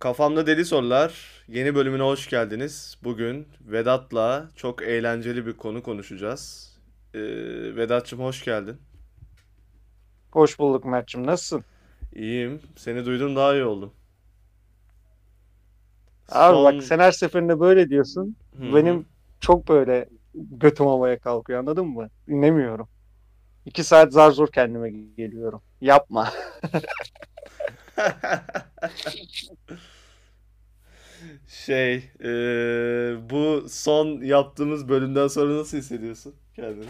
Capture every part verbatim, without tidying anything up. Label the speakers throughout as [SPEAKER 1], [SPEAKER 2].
[SPEAKER 1] Kafamda Deli Sorular yeni bölümüne hoş geldiniz. Bugün Vedat'la çok eğlenceli bir konu konuşacağız. Ee, Vedat'cığım hoş geldin.
[SPEAKER 2] Hoş bulduk Mert'cim. Nasılsın?
[SPEAKER 1] İyiyim. Seni duydum daha iyi oldum.
[SPEAKER 2] Abi bak
[SPEAKER 1] Son...
[SPEAKER 2] sen her seferinde böyle diyorsun.
[SPEAKER 1] Hı hı.
[SPEAKER 2] Benim çok böyle götüm havaya kalkıyor anladın mı? Dinlemiyorum. İki saat zar zor kendime geliyorum. Yapma.
[SPEAKER 1] Şey, ee, bu son yaptığımız bölümden sonra nasıl hissediyorsun kendini?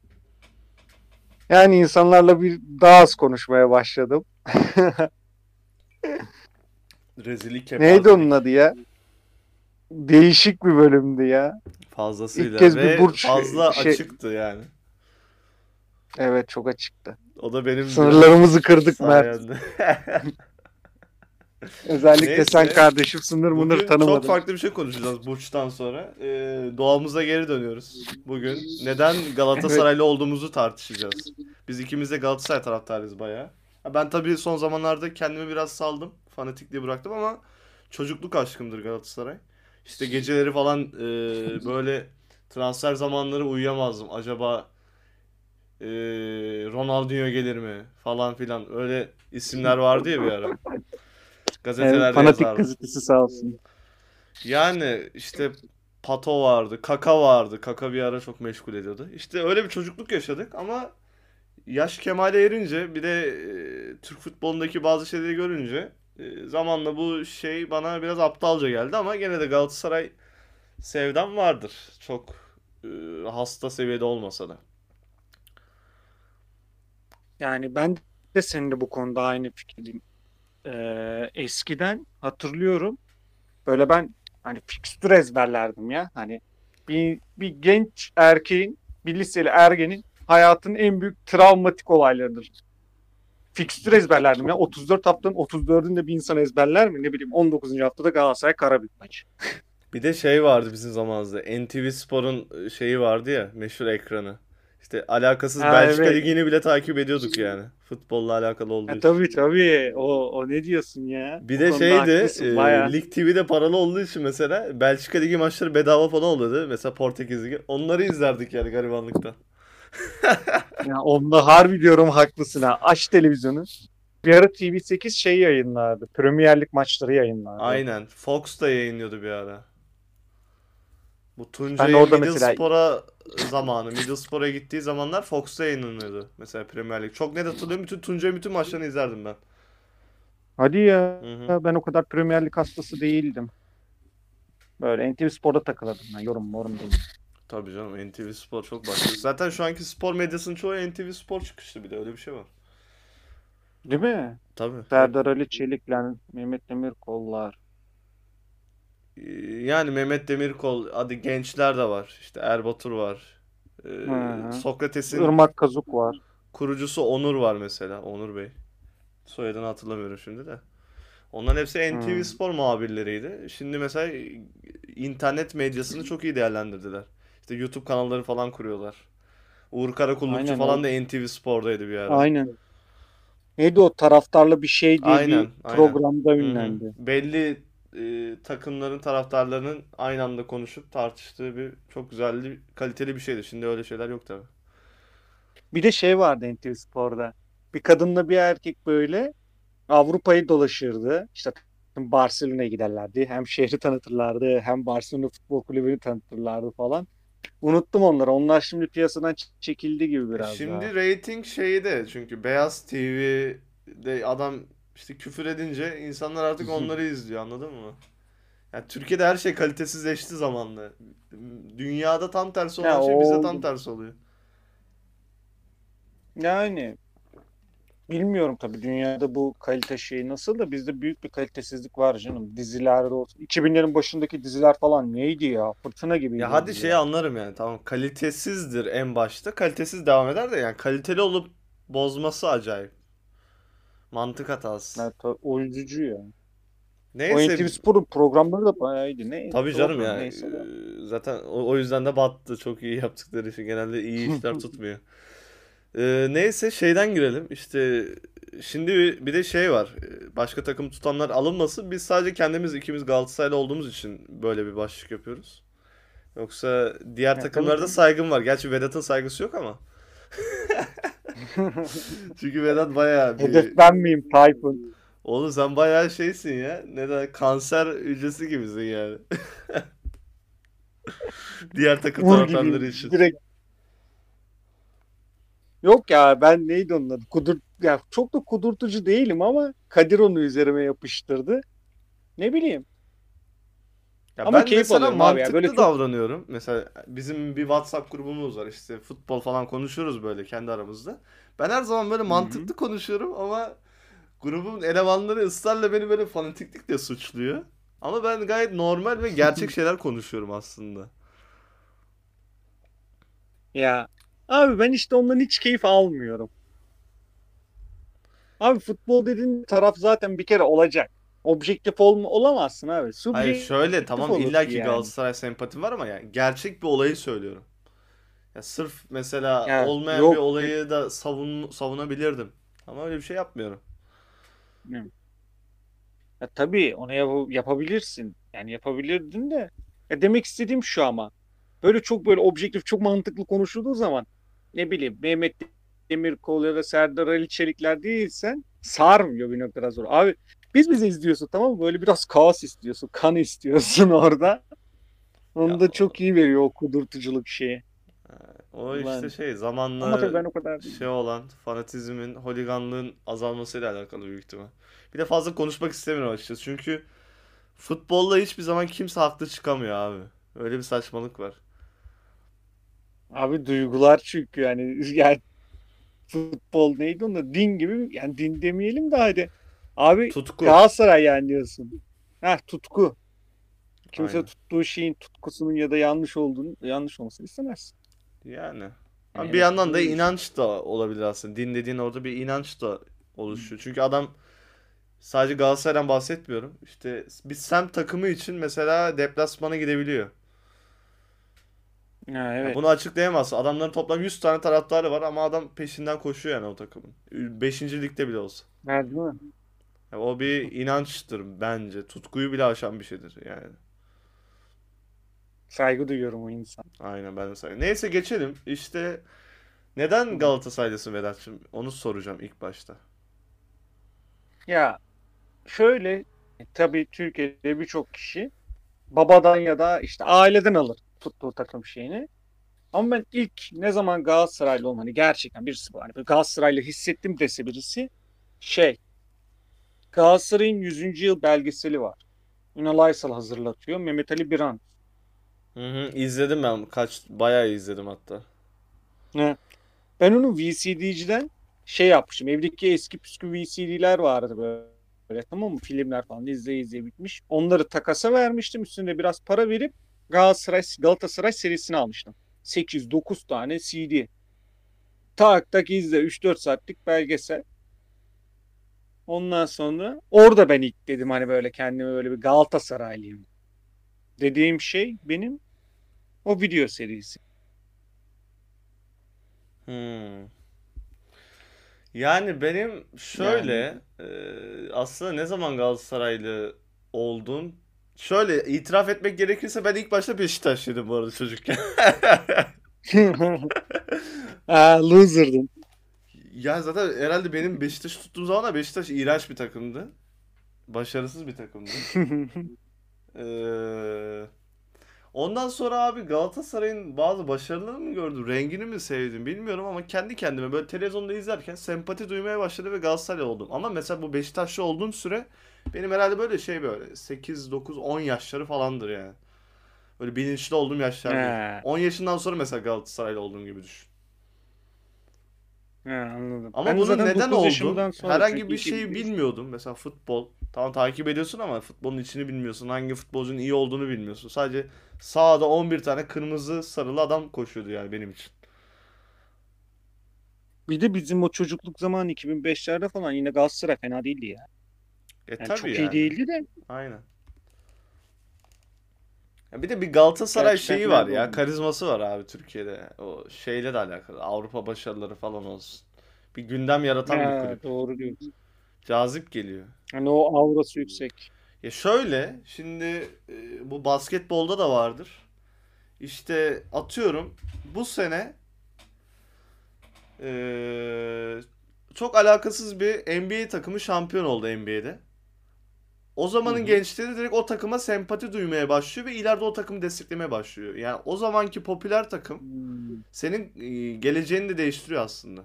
[SPEAKER 2] Yani insanlarla bir daha az konuşmaya başladım.
[SPEAKER 1] Rezillik,
[SPEAKER 2] Neydi onun
[SPEAKER 1] kepazelik
[SPEAKER 2] adı ya? Değişik bir bölümdü ya. İlk
[SPEAKER 1] fazlasıyla
[SPEAKER 2] kez bir
[SPEAKER 1] ve
[SPEAKER 2] burç
[SPEAKER 1] fazla
[SPEAKER 2] şey...
[SPEAKER 1] açıktı yani.
[SPEAKER 2] Evet çok açıktı.
[SPEAKER 1] O da benim biraz
[SPEAKER 2] Sınırlarımızı kırdık Mert.
[SPEAKER 1] sayemde.
[SPEAKER 2] Özellikle sen
[SPEAKER 1] Neyse.
[SPEAKER 2] kardeşim sınır mınır
[SPEAKER 1] Bugün çok
[SPEAKER 2] tanımadın.
[SPEAKER 1] farklı bir şey konuşacağız Burç'tan sonra. Ee, doğamıza geri dönüyoruz. Bugün neden
[SPEAKER 2] Evet.
[SPEAKER 1] Galatasaraylı olduğumuzu tartışacağız. Biz ikimiz de Galatasaray taraftarıyız bayağı. Ha, ben tabii son zamanlarda kendimi biraz saldım. Fanatikliği bıraktım ama çocukluk aşkımdır Galatasaray. İşte geceleri falan e, böyle transfer zamanları uyuyamazdım. Acaba e, Ronaldinho gelir mi falan filan. Öyle isimler vardı ya bir ara.
[SPEAKER 2] Evet,
[SPEAKER 1] Gazetelerde
[SPEAKER 2] Fanatik
[SPEAKER 1] yazardı.
[SPEAKER 2] gazetesi sağ olsun.
[SPEAKER 1] Yani işte Pato vardı, Kaka vardı. Kaka bir ara çok meşgul ediyordu. İşte öyle bir çocukluk yaşadık ama yaş kemale erince bir de e, Türk futbolundaki bazı şeyleri görünce e, zamanla bu şey bana biraz aptalca geldi ama gene de Galatasaray sevdam vardır. Çok e, hasta seviyede olmasa da.
[SPEAKER 2] Yani ben de seninle bu konuda aynı fikirdeyim. Ee, eskiden hatırlıyorum böyle ben hani fikstür ezberlerdim ya. Hani bir, bir genç erkeğin, bir liseli ergenin hayatının en büyük travmatik olaylarıdır. Fikstür ezberlerdim ya. otuz dört haftanın otuz dördünde bir insan ezberler mi? Ne bileyim on dokuzuncu haftada Galatasaray Karabük maçı.
[SPEAKER 1] Bir de şey vardı bizim zamanımızda. N T V Spor'un e, şeyi vardı ya, meşhur ekranı. İşte alakasız
[SPEAKER 2] Ha
[SPEAKER 1] Belçika
[SPEAKER 2] evet.
[SPEAKER 1] Ligi'ni bile takip ediyorduk yani. Futbolla alakalı olduğu
[SPEAKER 2] Ha,
[SPEAKER 1] için.
[SPEAKER 2] tabii tabii. O, o ne diyorsun ya?
[SPEAKER 1] Bir
[SPEAKER 2] O
[SPEAKER 1] de
[SPEAKER 2] konuda
[SPEAKER 1] şeydi, e,
[SPEAKER 2] haklısın baya.
[SPEAKER 1] Lig T V'de paralı olduğu için mesela Belçika Ligi maçları bedava falan oluyordu. Mesela Portekiz Ligi. Onları izlerdik yani garibanlıktan.
[SPEAKER 2] Ya onda harbi diyorum haklısın ha. Aç televizyonu. Bir ara T V sekiz şey yayınlardı. Premier Lig maçları yayınlardı.
[SPEAKER 1] Aynen. Fox da yayınlıyordu bir ara. Bu
[SPEAKER 2] Ben de
[SPEAKER 1] Tuncay'ın
[SPEAKER 2] orada mesela
[SPEAKER 1] Middlesbrough'a zamanı. Middlesbrough'a gittiği zamanlar Fox'ta yayınlanıyordu. Mesela Premier Lig. Çok net hatırlıyorum. Bütün Tuncay'ın bütün maçlarını izlerdim ben.
[SPEAKER 2] hadi ya
[SPEAKER 1] Hı hı.
[SPEAKER 2] ben o kadar Premier Lig hastası değildim. Böyle N T V Spor'da takılırdım ben. Yorum yorum değil.
[SPEAKER 1] Tabii canım, N T V Spor çok başka. Zaten şu anki spor medyasının çoğu N T V Spor çıkışlı, bir de öyle bir şey var.
[SPEAKER 2] Değil mi?
[SPEAKER 1] Tabii hep.
[SPEAKER 2] Serdar Ali Çelikler, Mehmet Demirkollar.
[SPEAKER 1] Ee, Yani Mehmet Demirkol, hadi gençler de var. İşte Erbatur var. Ee,
[SPEAKER 2] Hı hı.
[SPEAKER 1] Sokrates'in
[SPEAKER 2] Irmak Kazuk var.
[SPEAKER 1] kurucusu Onur var mesela. Onur Bey. Soyadını hatırlamıyorum şimdi de. Onların hepsi N T V
[SPEAKER 2] Hı.
[SPEAKER 1] Spor muhabirleriydi. Şimdi mesela internet medyasını çok iyi değerlendirdiler. İşte YouTube kanalları falan kuruyorlar. Uğur Karakullukçu
[SPEAKER 2] Aynen
[SPEAKER 1] falan
[SPEAKER 2] o.
[SPEAKER 1] da N T V Spor'daydı bir ara.
[SPEAKER 2] Aynen. Neydi o taraftarlı bir şey diye
[SPEAKER 1] Aynen,
[SPEAKER 2] bir
[SPEAKER 1] aynen.
[SPEAKER 2] programda
[SPEAKER 1] Hı hı.
[SPEAKER 2] ünlendi.
[SPEAKER 1] Belli e, takımların taraftarlarının aynı anda konuşup tartıştığı bir çok güzel, kaliteli bir şeydi. Şimdi öyle şeyler yok tabii.
[SPEAKER 2] Bir de şey vardı N T V Spor'da. Bir kadınla bir erkek böyle Avrupa'yı dolaşırdı. İşte Barcelona'ya giderlerdi. Hem şehri tanıtırlardı hem Barcelona Futbol Kulübü'nü tanıtırlardı falan. Unuttum onları. Onlar şimdi piyasadan ç- çekildi gibi
[SPEAKER 1] E
[SPEAKER 2] biraz daha.
[SPEAKER 1] şimdi rating şeyi de, çünkü Beyaz T V'de adam işte küfür edince insanlar artık onları izliyor, anladın mı? Yani Türkiye'de her şey kalitesizleşti zamanla. Dünyada tam tersi
[SPEAKER 2] Ya
[SPEAKER 1] olan şey bizde tam
[SPEAKER 2] oldu.
[SPEAKER 1] tersi oluyor.
[SPEAKER 2] Yani bilmiyorum tabii dünyada bu kalite şeyi nasıl da bizde büyük bir kalitesizlik var canım. Dizilerde olsun. iki binlerin başındaki diziler falan neydi ya? Fırtına
[SPEAKER 1] Ya
[SPEAKER 2] gibiydi o
[SPEAKER 1] hadi şeyi
[SPEAKER 2] diziler.
[SPEAKER 1] anlarım yani, tamam, kalitesizdir en başta. Kalitesiz devam eder de yani kaliteli olup bozması acayip. Mantık hatası.
[SPEAKER 2] Yani, ta- o üzücü ya. O
[SPEAKER 1] Neyse,
[SPEAKER 2] N T V Spor'un programları da bayağı iyiydi. Ne?
[SPEAKER 1] tabii canım
[SPEAKER 2] Doğru
[SPEAKER 1] ya, e,
[SPEAKER 2] neyse de.
[SPEAKER 1] zaten o, o yüzden de battı. Çok iyi yaptıkları için genelde iyi işler tutmuyor. E, neyse şeyden girelim. İşte şimdi bir bir de şey var. başka takım tutanlar alınmasın. Biz sadece kendimiz ikimiz Galatasaraylı olduğumuz için böyle bir başlık yapıyoruz. Yoksa diğer
[SPEAKER 2] Ya tabii
[SPEAKER 1] takımlarda
[SPEAKER 2] canım.
[SPEAKER 1] saygım var. Gerçi Vedat'ın saygısı yok ama. Çünkü Vedat bayağı
[SPEAKER 2] Hedef
[SPEAKER 1] bir...
[SPEAKER 2] ben miyim Tayfun?
[SPEAKER 1] Oğlum sen bayağı şeysin ya. Neden? Kanser hücresi gibisin yani. Diğer takım
[SPEAKER 2] Vur
[SPEAKER 1] taraftarları
[SPEAKER 2] gibiyim.
[SPEAKER 1] için.
[SPEAKER 2] Direkt. Yok ya ben neydi onun adı? Kudur ya çok da kudurtucu değilim ama Kadir onu üzerime yapıştırdı. Ne bileyim.
[SPEAKER 1] Ya
[SPEAKER 2] Ama
[SPEAKER 1] ben
[SPEAKER 2] keyif
[SPEAKER 1] mesela
[SPEAKER 2] alıyorum abi ya. Böyle
[SPEAKER 1] mantıklı
[SPEAKER 2] çok
[SPEAKER 1] davranıyorum. Mesela bizim bir WhatsApp grubumuz var, işte futbol falan konuşuyoruz böyle kendi aramızda. Ben her zaman böyle
[SPEAKER 2] Hı hı.
[SPEAKER 1] mantıklı konuşuyorum ama grubun elemanları ısrarla beni böyle fanatiklikle suçluyor. Ama ben gayet normal ve gerçek şeyler konuşuyorum aslında.
[SPEAKER 2] Ya abi ben işte ondan hiç keyif almıyorum. Abi futbol dediğin taraf zaten bir kere olacak. Objektif olma, olamazsın abi.
[SPEAKER 1] Hayır şöyle,
[SPEAKER 2] Subjektif
[SPEAKER 1] tamam
[SPEAKER 2] olursun
[SPEAKER 1] illaki
[SPEAKER 2] yani.
[SPEAKER 1] Galatasaray sempatim var ama yani gerçek bir olayı söylüyorum. Ya sırf mesela
[SPEAKER 2] Ya
[SPEAKER 1] olmayan bir
[SPEAKER 2] yok. Ne-
[SPEAKER 1] olayı da savun, savunabilirdim. Ama öyle bir şey yapmıyorum.
[SPEAKER 2] ne- Ya tabii onu yap- yapabilirsin. Yani yapabilirdin de. Ya demek istediğim şu ama. Böyle çok böyle objektif, çok mantıklı konuşulduğu zaman ne bileyim Mehmet Demirkol ya da Serdar Ali Çelikler değilsen sarmıyor bir noktadan sonra. Abi biz bizi izliyorsun tamam mı? Böyle biraz kaos istiyorsun, kan istiyorsun orada.
[SPEAKER 1] Ya
[SPEAKER 2] Onu da çok iyi veriyor o kudurtuculuk şeyi.
[SPEAKER 1] o işte
[SPEAKER 2] Ulan.
[SPEAKER 1] şey,
[SPEAKER 2] Ama tabii
[SPEAKER 1] zamanla
[SPEAKER 2] ben o kadar
[SPEAKER 1] şey
[SPEAKER 2] değilim.
[SPEAKER 1] olan fanatizmin, holiganlığın azalmasıyla alakalı büyük ihtimal. Bir de fazla konuşmak istemiyorum açıkçası. Çünkü futbolla hiçbir zaman kimse haklı çıkamıyor abi. Öyle bir saçmalık var.
[SPEAKER 2] Abi duygular çünkü yani, yani futbol neydi onda? Din gibi yani din demeyelim de hadi. Abi
[SPEAKER 1] Tutku.
[SPEAKER 2] Galatasaray yani diyorsun. Heh tutku. Kimse
[SPEAKER 1] Aynen.
[SPEAKER 2] tuttuğu şeyin tutkusunun ya da yanlış olduğunu yanlış olmasını istemez.
[SPEAKER 1] Yani.
[SPEAKER 2] Yani
[SPEAKER 1] Ama bir
[SPEAKER 2] en azından
[SPEAKER 1] yandan da
[SPEAKER 2] öyle düşün.
[SPEAKER 1] inanç da olabilir aslında. Din dediğin orada bir inanç da oluşuyor. Çünkü adam, sadece Galatasaray'dan bahsetmiyorum, İşte bir semt takımı için mesela deplasmana gidebiliyor.
[SPEAKER 2] Ha,
[SPEAKER 1] Ya
[SPEAKER 2] evet.
[SPEAKER 1] bunu açıklayamazsın. Adamların toplam yüz tane taraftarı var ama adam peşinden koşuyor yani o takımın. Beşinci ligde bile olsa.
[SPEAKER 2] Ha, değil mi?
[SPEAKER 1] Ya o bir inançtır bence. Tutkuyu bile aşan bir şeydir yani.
[SPEAKER 2] Saygı duyuyorum o insan.
[SPEAKER 1] Aynen, ben de saygı. Neyse geçelim. İşte neden
[SPEAKER 2] Hı.
[SPEAKER 1] Galatasaraylısın Vedat'cığım? Onu soracağım ilk başta.
[SPEAKER 2] Ya şöyle e, tabii Türkiye'de birçok kişi babadan ya da işte aileden alır futbol takım şeyini. Ama ben ilk ne zaman Galatasaraylı olmanı hani gerçekten birisi bu. Hani böyle Galatasaraylı hissettim dese birisi şey Galatasaray'ın yüzüncü yıl belgeseli var. Ünal Aysal hazırlatıyor. Mehmet Ali Biran.
[SPEAKER 1] Hı hı, izledim ben. Kaç bayağı izledim hatta.
[SPEAKER 2] Ne? Ben onu V C D'ciden şey yapmışım. Evdeki eski püskü V C D'ler vardı böyle. Böyle tamam mı? Filmler falan izleye izleye bitmiş. Onları takasa vermiştim. Üstüne biraz para verip Galatasaray, Galatasaray serisini almıştım. sekiz dokuz tane C D. Tak tak izle. üç dört saatlik belgesel. Ondan sonra orada ben ilk dedim hani böyle kendime böyle bir Galatasaraylıyım dediğim şey benim o video serisi.
[SPEAKER 1] Hmm. Yani benim
[SPEAKER 2] Yani
[SPEAKER 1] şöyle, e, aslında ne zaman Galatasaraylı oldum? Şöyle itiraf etmek gerekirse ben ilk başta Beşiktaşlıydım bu arada çocukken.
[SPEAKER 2] Aa, loser'dın.
[SPEAKER 1] Ya zaten herhalde benim Beşiktaş'ı tuttuğum zaman da Beşiktaş iğrenç bir takımdı. Başarısız bir takımdı. Ee, Ondan sonra abi Galatasaray'ın bazı başarılarını mı gördüm, rengini mi sevdim bilmiyorum ama kendi kendime böyle televizyonda izlerken sempati duymaya başladı ve Galatasaray oldum. Ama mesela bu Beşiktaşlı olduğum süre benim herhalde böyle şey, böyle sekiz dokuz on yaşları falandır yani. Böyle bilinçli olduğum yaşlar değil.
[SPEAKER 2] Ha,
[SPEAKER 1] on yaşından sonra mesela Galatasaraylı olduğum gibi düşün.
[SPEAKER 2] ha, anladım.
[SPEAKER 1] Ama
[SPEAKER 2] Ben de
[SPEAKER 1] bunun
[SPEAKER 2] zaten
[SPEAKER 1] neden
[SPEAKER 2] dokuz
[SPEAKER 1] oldum?
[SPEAKER 2] yaşımdan sonra
[SPEAKER 1] Herhangi
[SPEAKER 2] çünkü
[SPEAKER 1] bir şeyi
[SPEAKER 2] iki bin beş.
[SPEAKER 1] bilmiyordum. Mesela futbol. Tamam takip ediyorsun ama futbolun içini bilmiyorsun. Hangi futbolcunun iyi olduğunu bilmiyorsun. Sadece sahada on bir tane kırmızı sarılı adam koşuyordu yani benim için.
[SPEAKER 2] Bir de bizim o çocukluk zamanı iki bin beşlerde falan yine Galatasaray fena değildi ya.
[SPEAKER 1] E
[SPEAKER 2] Yani
[SPEAKER 1] tabii
[SPEAKER 2] çok iyi
[SPEAKER 1] yani.
[SPEAKER 2] değildi de
[SPEAKER 1] Aynen. Ya bir de bir Galatasaray
[SPEAKER 2] gerçekten
[SPEAKER 1] şeyi var
[SPEAKER 2] fena da
[SPEAKER 1] ya.
[SPEAKER 2] olmuyor.
[SPEAKER 1] Karizması var abi Türkiye'de. O şeyle de alakalı. Avrupa başarıları falan olsun. Bir gündem yaratan bir
[SPEAKER 2] Ha,
[SPEAKER 1] kulüp.
[SPEAKER 2] doğru diyorsun.
[SPEAKER 1] Cazip geliyor.
[SPEAKER 2] Hani o aurası yüksek.
[SPEAKER 1] Ya şöyle, şimdi e, bu basketbolda da vardır. İşte atıyorum bu sene e, çok alakasız bir N B A takımı şampiyon oldu N B A'de. O
[SPEAKER 2] Hı
[SPEAKER 1] zamanın
[SPEAKER 2] hı.
[SPEAKER 1] gençleri direkt o takıma sempati duymaya başlıyor ve ileride o takımı desteklemeye başlıyor. Yani o zamanki popüler takım
[SPEAKER 2] Hmm.
[SPEAKER 1] senin e, geleceğini de değiştiriyor aslında.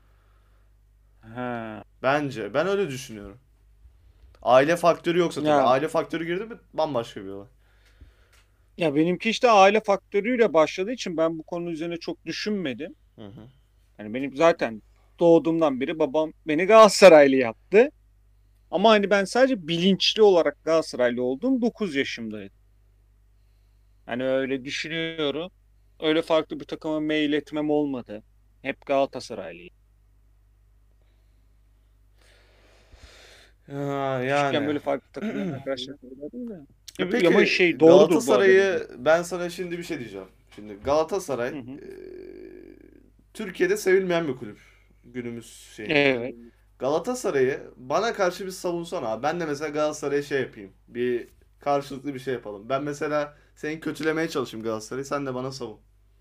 [SPEAKER 2] Ha.
[SPEAKER 1] Bence. Ben öyle düşünüyorum. Aile faktörü yoksa tabii.
[SPEAKER 2] Ya
[SPEAKER 1] Aile faktörü girdi mi bambaşka bir olay.
[SPEAKER 2] ya benimki işte aile faktörüyle başladığı için ben bu konu üzerine çok düşünmedim.
[SPEAKER 1] Hı hı.
[SPEAKER 2] Yani benim zaten doğduğumdan beri babam beni Galatasaraylı yaptı. Ama hani ben sadece bilinçli olarak Galatasaraylı olduğum dokuz yaşımdaydı. Hani öyle düşünüyorum. Öyle farklı bir takıma mail etmem olmadı. Hep Galatasaraylıyım.
[SPEAKER 1] Ha,
[SPEAKER 2] Küçükken
[SPEAKER 1] yani.
[SPEAKER 2] böyle farklı takımların arkadaşlarım vardı
[SPEAKER 1] E
[SPEAKER 2] da. Ama
[SPEAKER 1] peki
[SPEAKER 2] şey doğrudur bu arada dediğim.
[SPEAKER 1] Galatasaray'ı ben sana şimdi bir şey diyeceğim. Şimdi Galatasaray
[SPEAKER 2] Hı hı.
[SPEAKER 1] e, Türkiye'de sevilmeyen bir kulüp günümüz şeyinde.
[SPEAKER 2] Evet.
[SPEAKER 1] Galatasaray'ı bana karşı bir savunsana abi. Ben de mesela Galatasaray'a şey yapayım. Bir karşılıklı bir şey yapalım. Ben mesela seni kötülemeye çalışayım Galatasaray'ı. Sen de bana savun.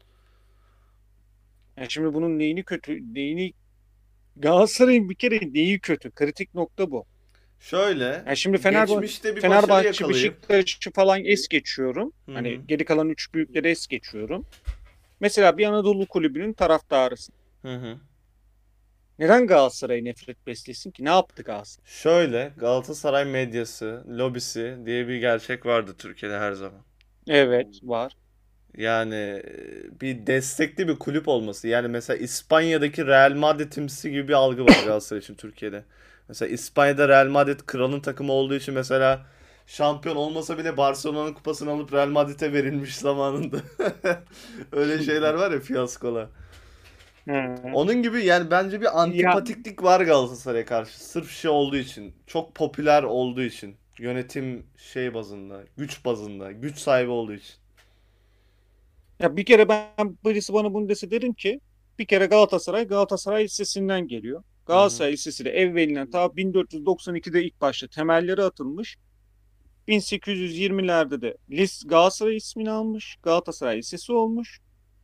[SPEAKER 2] Yani şimdi bunun neyini kötü, neyini Galatasaray'ın bir kere neyi kötü? Kritik nokta bu.
[SPEAKER 1] Şöyle
[SPEAKER 2] Yani şimdi Fenerbahçe,
[SPEAKER 1] geçmişte bir başarı
[SPEAKER 2] Fenerbahçe,
[SPEAKER 1] yakalayıp
[SPEAKER 2] Beşiktaş'ı falan es geçiyorum.
[SPEAKER 1] hı hı
[SPEAKER 2] Hani geri kalan üç büyükleri es geçiyorum. Mesela bir Anadolu kulübünün taraftarısın.
[SPEAKER 1] hı hı.
[SPEAKER 2] Neden Galatasaray'a nefret beslesin ki? Ne yaptı Galatasaray?
[SPEAKER 1] Şöyle Galatasaray medyası, lobisi diye bir gerçek vardı Türkiye'de her zaman.
[SPEAKER 2] Evet, var.
[SPEAKER 1] Yani e, bir destekli bir kulüp olması. Yani mesela İspanya'daki Real Madrid'imsi gibi bir algı var Galatasaray için Türkiye'de. Mesela İspanya'da Real Madrid kralın takımı olduğu için mesela şampiyon olmasa bile Barcelona'nın kupasını alıp Real Madrid'e verilmiş zamanında. Öyle şeyler var ya fiyaskolar.
[SPEAKER 2] Hı.
[SPEAKER 1] Onun gibi yani bence bir
[SPEAKER 2] Ya
[SPEAKER 1] antipatiklik var Galatasaray'a karşı. Sırf şey olduğu için. Çok popüler olduğu için. Yönetim şey bazında, güç bazında, güç sahibi olduğu için.
[SPEAKER 2] ya bir kere ben birisi bana bunu dese derim ki bir kere Galatasaray Galatasaray Lisesi'nden geliyor.
[SPEAKER 1] Hı hı.
[SPEAKER 2] Galatasaray Lisesi de evvelinden ta bin dört yüz doksan ikide ilk başta temelleri atılmış. bin sekiz yüz yirmilerde de Lis Galatasaray ismini almış. Galatasaray Lisesi olmuş.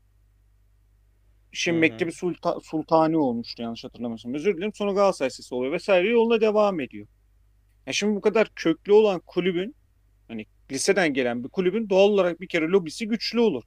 [SPEAKER 1] Hı
[SPEAKER 2] Şimdi
[SPEAKER 1] hı.
[SPEAKER 2] Mektebi Sulta- Sultani olmuştu yanlış hatırlamıyorsam. Özür dilerim. Sonra Galatasaray Lisesi oluyor vesaire yoluna devam ediyor. Ya şimdi bu kadar köklü olan kulübün hani liseden gelen bir kulübün doğal olarak bir kere lobisi güçlü olur.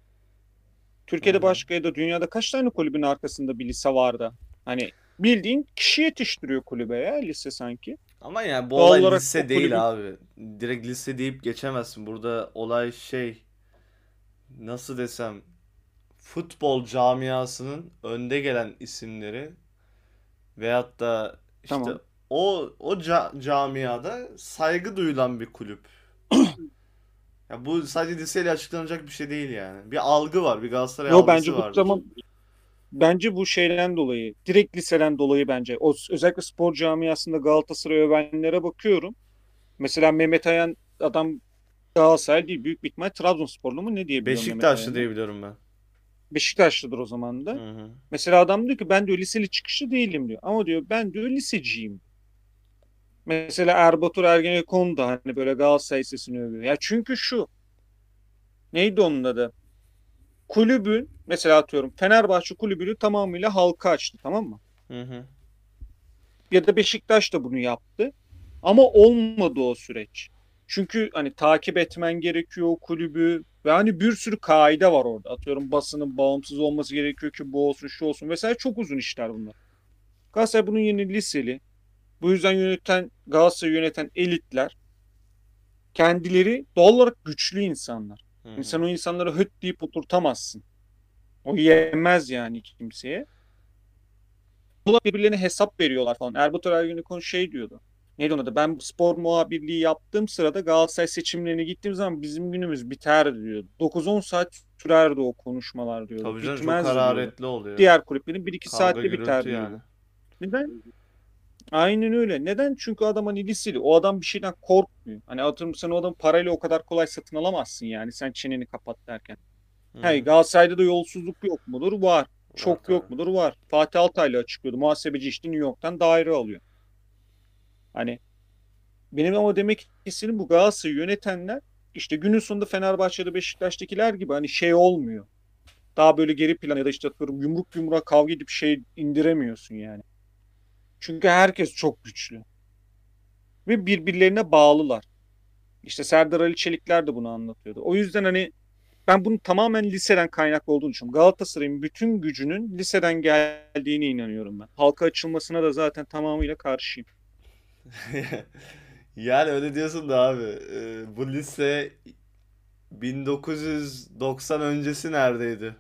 [SPEAKER 1] Hı
[SPEAKER 2] Türkiye'de
[SPEAKER 1] hı.
[SPEAKER 2] başka ya da dünyada kaç tane kulübün arkasında bir lise var da hani bildiğin kişi yetiştiriyor kulübe ya lise sanki.
[SPEAKER 1] Ama yani bu
[SPEAKER 2] Doğal
[SPEAKER 1] olay
[SPEAKER 2] olarak
[SPEAKER 1] lise
[SPEAKER 2] o
[SPEAKER 1] değil
[SPEAKER 2] kulübün
[SPEAKER 1] abi. Direkt lise deyip geçemezsin. Burada olay şey nasıl desem futbol camiasının önde gelen isimleri veyahut da işte
[SPEAKER 2] tamam.
[SPEAKER 1] o o ca- camiada saygı duyulan bir kulüp. Ya bu sadece liseyle açıklanacak bir şey değil yani. Bir algı var, bir Galatasaray
[SPEAKER 2] Yo
[SPEAKER 1] algısı
[SPEAKER 2] bence bu
[SPEAKER 1] vardır.
[SPEAKER 2] zaman bence bu şeyden dolayı direkt liseden dolayı bence o özellikle spor camiasında Galatasaray övenlere bakıyorum. Mesela Mehmet Ayan adam Galatasaray değil büyük bir ihtimal Trabzonsporlu mu ne diye biliyorum Mehmet
[SPEAKER 1] Beşiktaşlı
[SPEAKER 2] Ayan'ı.
[SPEAKER 1] diye biliyorum ben.
[SPEAKER 2] Beşiktaşlıdır o zaman
[SPEAKER 1] Hı
[SPEAKER 2] da.
[SPEAKER 1] hı.
[SPEAKER 2] Mesela adam diyor ki ben diyor liseli çıkışlı değilim diyor. Ama diyor ben diyor liseciyim. Mesela Erbatur Ergenekon da hani böyle Galatasaray sesini övüyor. Ya çünkü şu neydi onun adı? Kulübün mesela atıyorum Fenerbahçe kulübünü tamamıyla halka açtı tamam mı?
[SPEAKER 1] Hı hı.
[SPEAKER 2] Ya da Beşiktaş da bunu yaptı. Ama olmadı o süreç. Çünkü hani takip etmen gerekiyor o kulübü ve hani bir sürü kaide var orada. Atıyorum basının bağımsız olması gerekiyor ki bu olsun şu olsun vesaire çok uzun işler bunlar. Galatasaray bunun yeni liseli. Bu yüzden yöneten Galatasaray'ı yöneten elitler kendileri doğal olarak güçlü insanlar.
[SPEAKER 1] Hı
[SPEAKER 2] Yani
[SPEAKER 1] hı.
[SPEAKER 2] sen o insanları höt deyip oturtamazsın. O yemez yani kimseye. Bunlar birbirlerine hesap veriyorlar falan. Erbatur Ergenekon şey diyordu. Neydi ona da? Ben spor muhabirliği yaptığım sırada Galatasaray seçimlerine gittiğim zaman bizim günümüz biter diyordu. dokuz on saat sürerdi o konuşmalar diyordu.
[SPEAKER 1] Tabii canım çok
[SPEAKER 2] Bitmezdi diyordu.
[SPEAKER 1] hararetli oluyor.
[SPEAKER 2] Diğer kulüplerin bir iki
[SPEAKER 1] Kavga
[SPEAKER 2] saatte
[SPEAKER 1] gürültü
[SPEAKER 2] biter
[SPEAKER 1] yani.
[SPEAKER 2] diyordu. Neden? Aynen öyle. Neden? Çünkü adam hani liseli. O adam bir şeyden korkmuyor. Hani atıyorum sen o adamı parayla o kadar kolay satın alamazsın yani. Sen çeneni kapat derken.
[SPEAKER 1] Hı
[SPEAKER 2] Hey,
[SPEAKER 1] hı.
[SPEAKER 2] Galatasaray'da da yolsuzluk yok mudur? Var.
[SPEAKER 1] Var
[SPEAKER 2] Çok
[SPEAKER 1] tabii.
[SPEAKER 2] yok mudur? Var. Fatih Altaylı açıklıyordu. Muhasebeci işte New York'tan daire alıyor. Hani benim ama demek istediğim bu Galatasaray'ı yönetenler işte günün sonunda Fenerbahçe'de Beşiktaş'takiler gibi hani şey olmuyor. Daha böyle geri plan ya da işte atıyorum yumruk yumruğa kavga edip şey indiremiyorsun yani. Çünkü herkes çok güçlü ve birbirlerine bağlılar. İşte Serdar Ali Çelikler de bunu anlatıyordu. O yüzden hani ben bunun tamamen liseden kaynaklı olduğunu düşünüyorum. Galatasaray'ın bütün gücünün liseden geldiğine inanıyorum ben. Halka açılmasına da zaten tamamıyla karşıyım.
[SPEAKER 1] Yani öyle diyorsun da abi. e, bu lise bin dokuz yüz doksan öncesi neredeydi?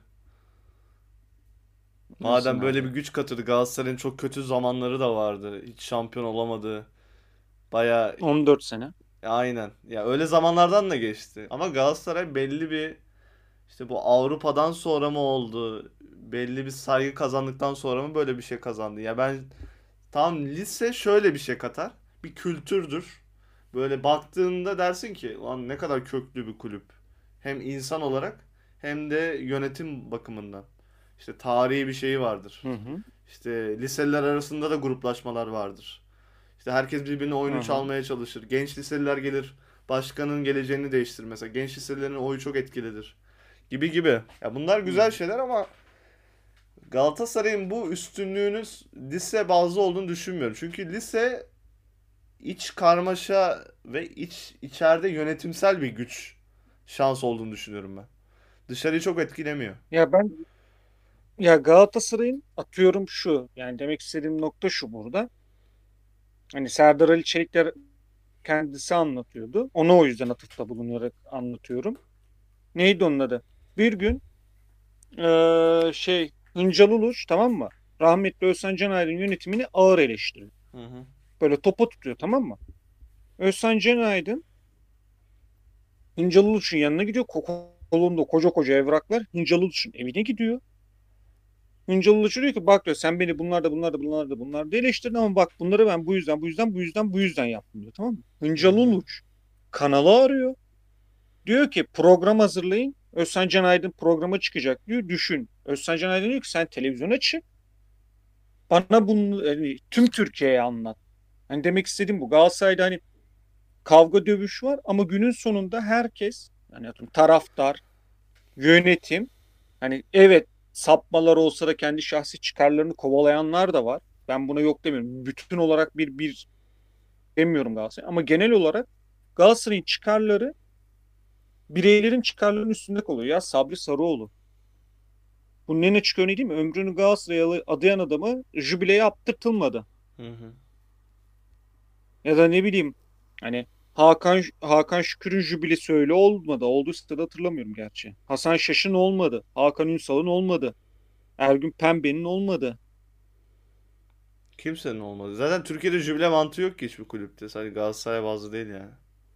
[SPEAKER 2] Nasıl
[SPEAKER 1] Madem böyle bir
[SPEAKER 2] nerede?
[SPEAKER 1] güç katıyordu, Galatasaray'ın çok kötü zamanları da vardı. Hiç şampiyon olamadı. Baya
[SPEAKER 2] on dört sene.
[SPEAKER 1] aynen. Ya öyle zamanlardan da geçti. Ama Galatasaray belli bir işte bu Avrupa'dan sonra mı oldu? Belli bir saygı kazandıktan sonra mı böyle bir şey kazandı? Ya ben tam lise şöyle bir şey katar. Bir kültürdür. Böyle baktığında dersin ki lan ne kadar köklü bir kulüp. Hem insan olarak hem de yönetim bakımından. İşte tarihi bir şeyi vardır.
[SPEAKER 2] Hı hı.
[SPEAKER 1] İşte liseler arasında da gruplaşmalar vardır. İşte herkes birbirine
[SPEAKER 2] Hı
[SPEAKER 1] oyunu
[SPEAKER 2] hı.
[SPEAKER 1] çalmaya çalışır. Genç liseliler gelir, başkanın geleceğini değiştirir mesela. Genç liselerin oyu çok etkilidir. Gibi gibi. Ya bunlar
[SPEAKER 2] Hı
[SPEAKER 1] güzel
[SPEAKER 2] hı.
[SPEAKER 1] şeyler ama Galatasaray'ın bu üstünlüğünün lise bazlı olduğunu düşünmüyorum. Çünkü lise iç karmaşa ve iç içeride yönetimsel bir güç şans olduğunu düşünüyorum ben. Dışarıyı çok etkilemiyor.
[SPEAKER 2] Ya ben ya Galatasaray'ın atıyorum şu yani demek istediğim nokta şu burada. Hani Serdar Ali Çelikler kendisi anlatıyordu. Ona o yüzden atıfta bulunarak anlatıyorum. Neydi onun adı? Bir gün eee, şey Hıncal Uluç tamam mı? Rahmetli Özcan Canayr'ın yönetimini ağır eleştiriyor.
[SPEAKER 1] Hı hı.
[SPEAKER 2] Böyle topa tutuyor tamam mı? Özcan Canaydın Hıncal Uluç'un yanına gidiyor. Ko- Kolunda koca koca evraklar. Hıncal Uluç'un evine gidiyor. Hıncal Uluç diyor ki bak diyor sen beni bunlar da bunlar da bunlar da bunlar da eleştirdin ama bak bunları ben bu yüzden bu yüzden bu yüzden bu yüzden yaptım diyor tamam mı?
[SPEAKER 1] Hı
[SPEAKER 2] Hıncal
[SPEAKER 1] hı.
[SPEAKER 2] Uluç kanalı arıyor. Diyor ki program hazırlayın. Özcan Can Aydın programa çıkacak diyor. Düşün. Özcan Can Aydın diyor ki sen televizyona çık. Bana bunu yani, tüm Türkiye'ye anlat. Hani demek istediğim bu. Galatasaray'da hani kavga dövüş var ama günün sonunda herkes yani atıyorum taraftar, yönetim hani evet sapmalar olsa da kendi şahsi çıkarlarını kovalayanlar da var. Ben buna yok demiyorum. Bütün olarak bir bir demiyorum Galatasaray ama genel olarak Galatasaray'ın çıkarları bireylerin çıkarlarının üstünde kalıyor. Ya Sabri Sarıoğlu. Bunun en açık örneği değil mi? Ömrünü Galatasaray'a adayan adamı jübileye yaptırtılmadı.
[SPEAKER 1] Hı hı.
[SPEAKER 2] Ya da ne bileyim hani Hakan Hakan Şükür'ün jübilesi öyle olmadı. Olduysa da hatırlamıyorum gerçi. Hasan Şaş'ın olmadı. Hakan Ünsal'ın olmadı. Ergün Pembe'nin olmadı.
[SPEAKER 1] Kimsenin olmadı. Zaten Türkiye'de jübile mantığı yok ki hiçbir kulüpte. Sadece Galatasaray bazlı değil yani.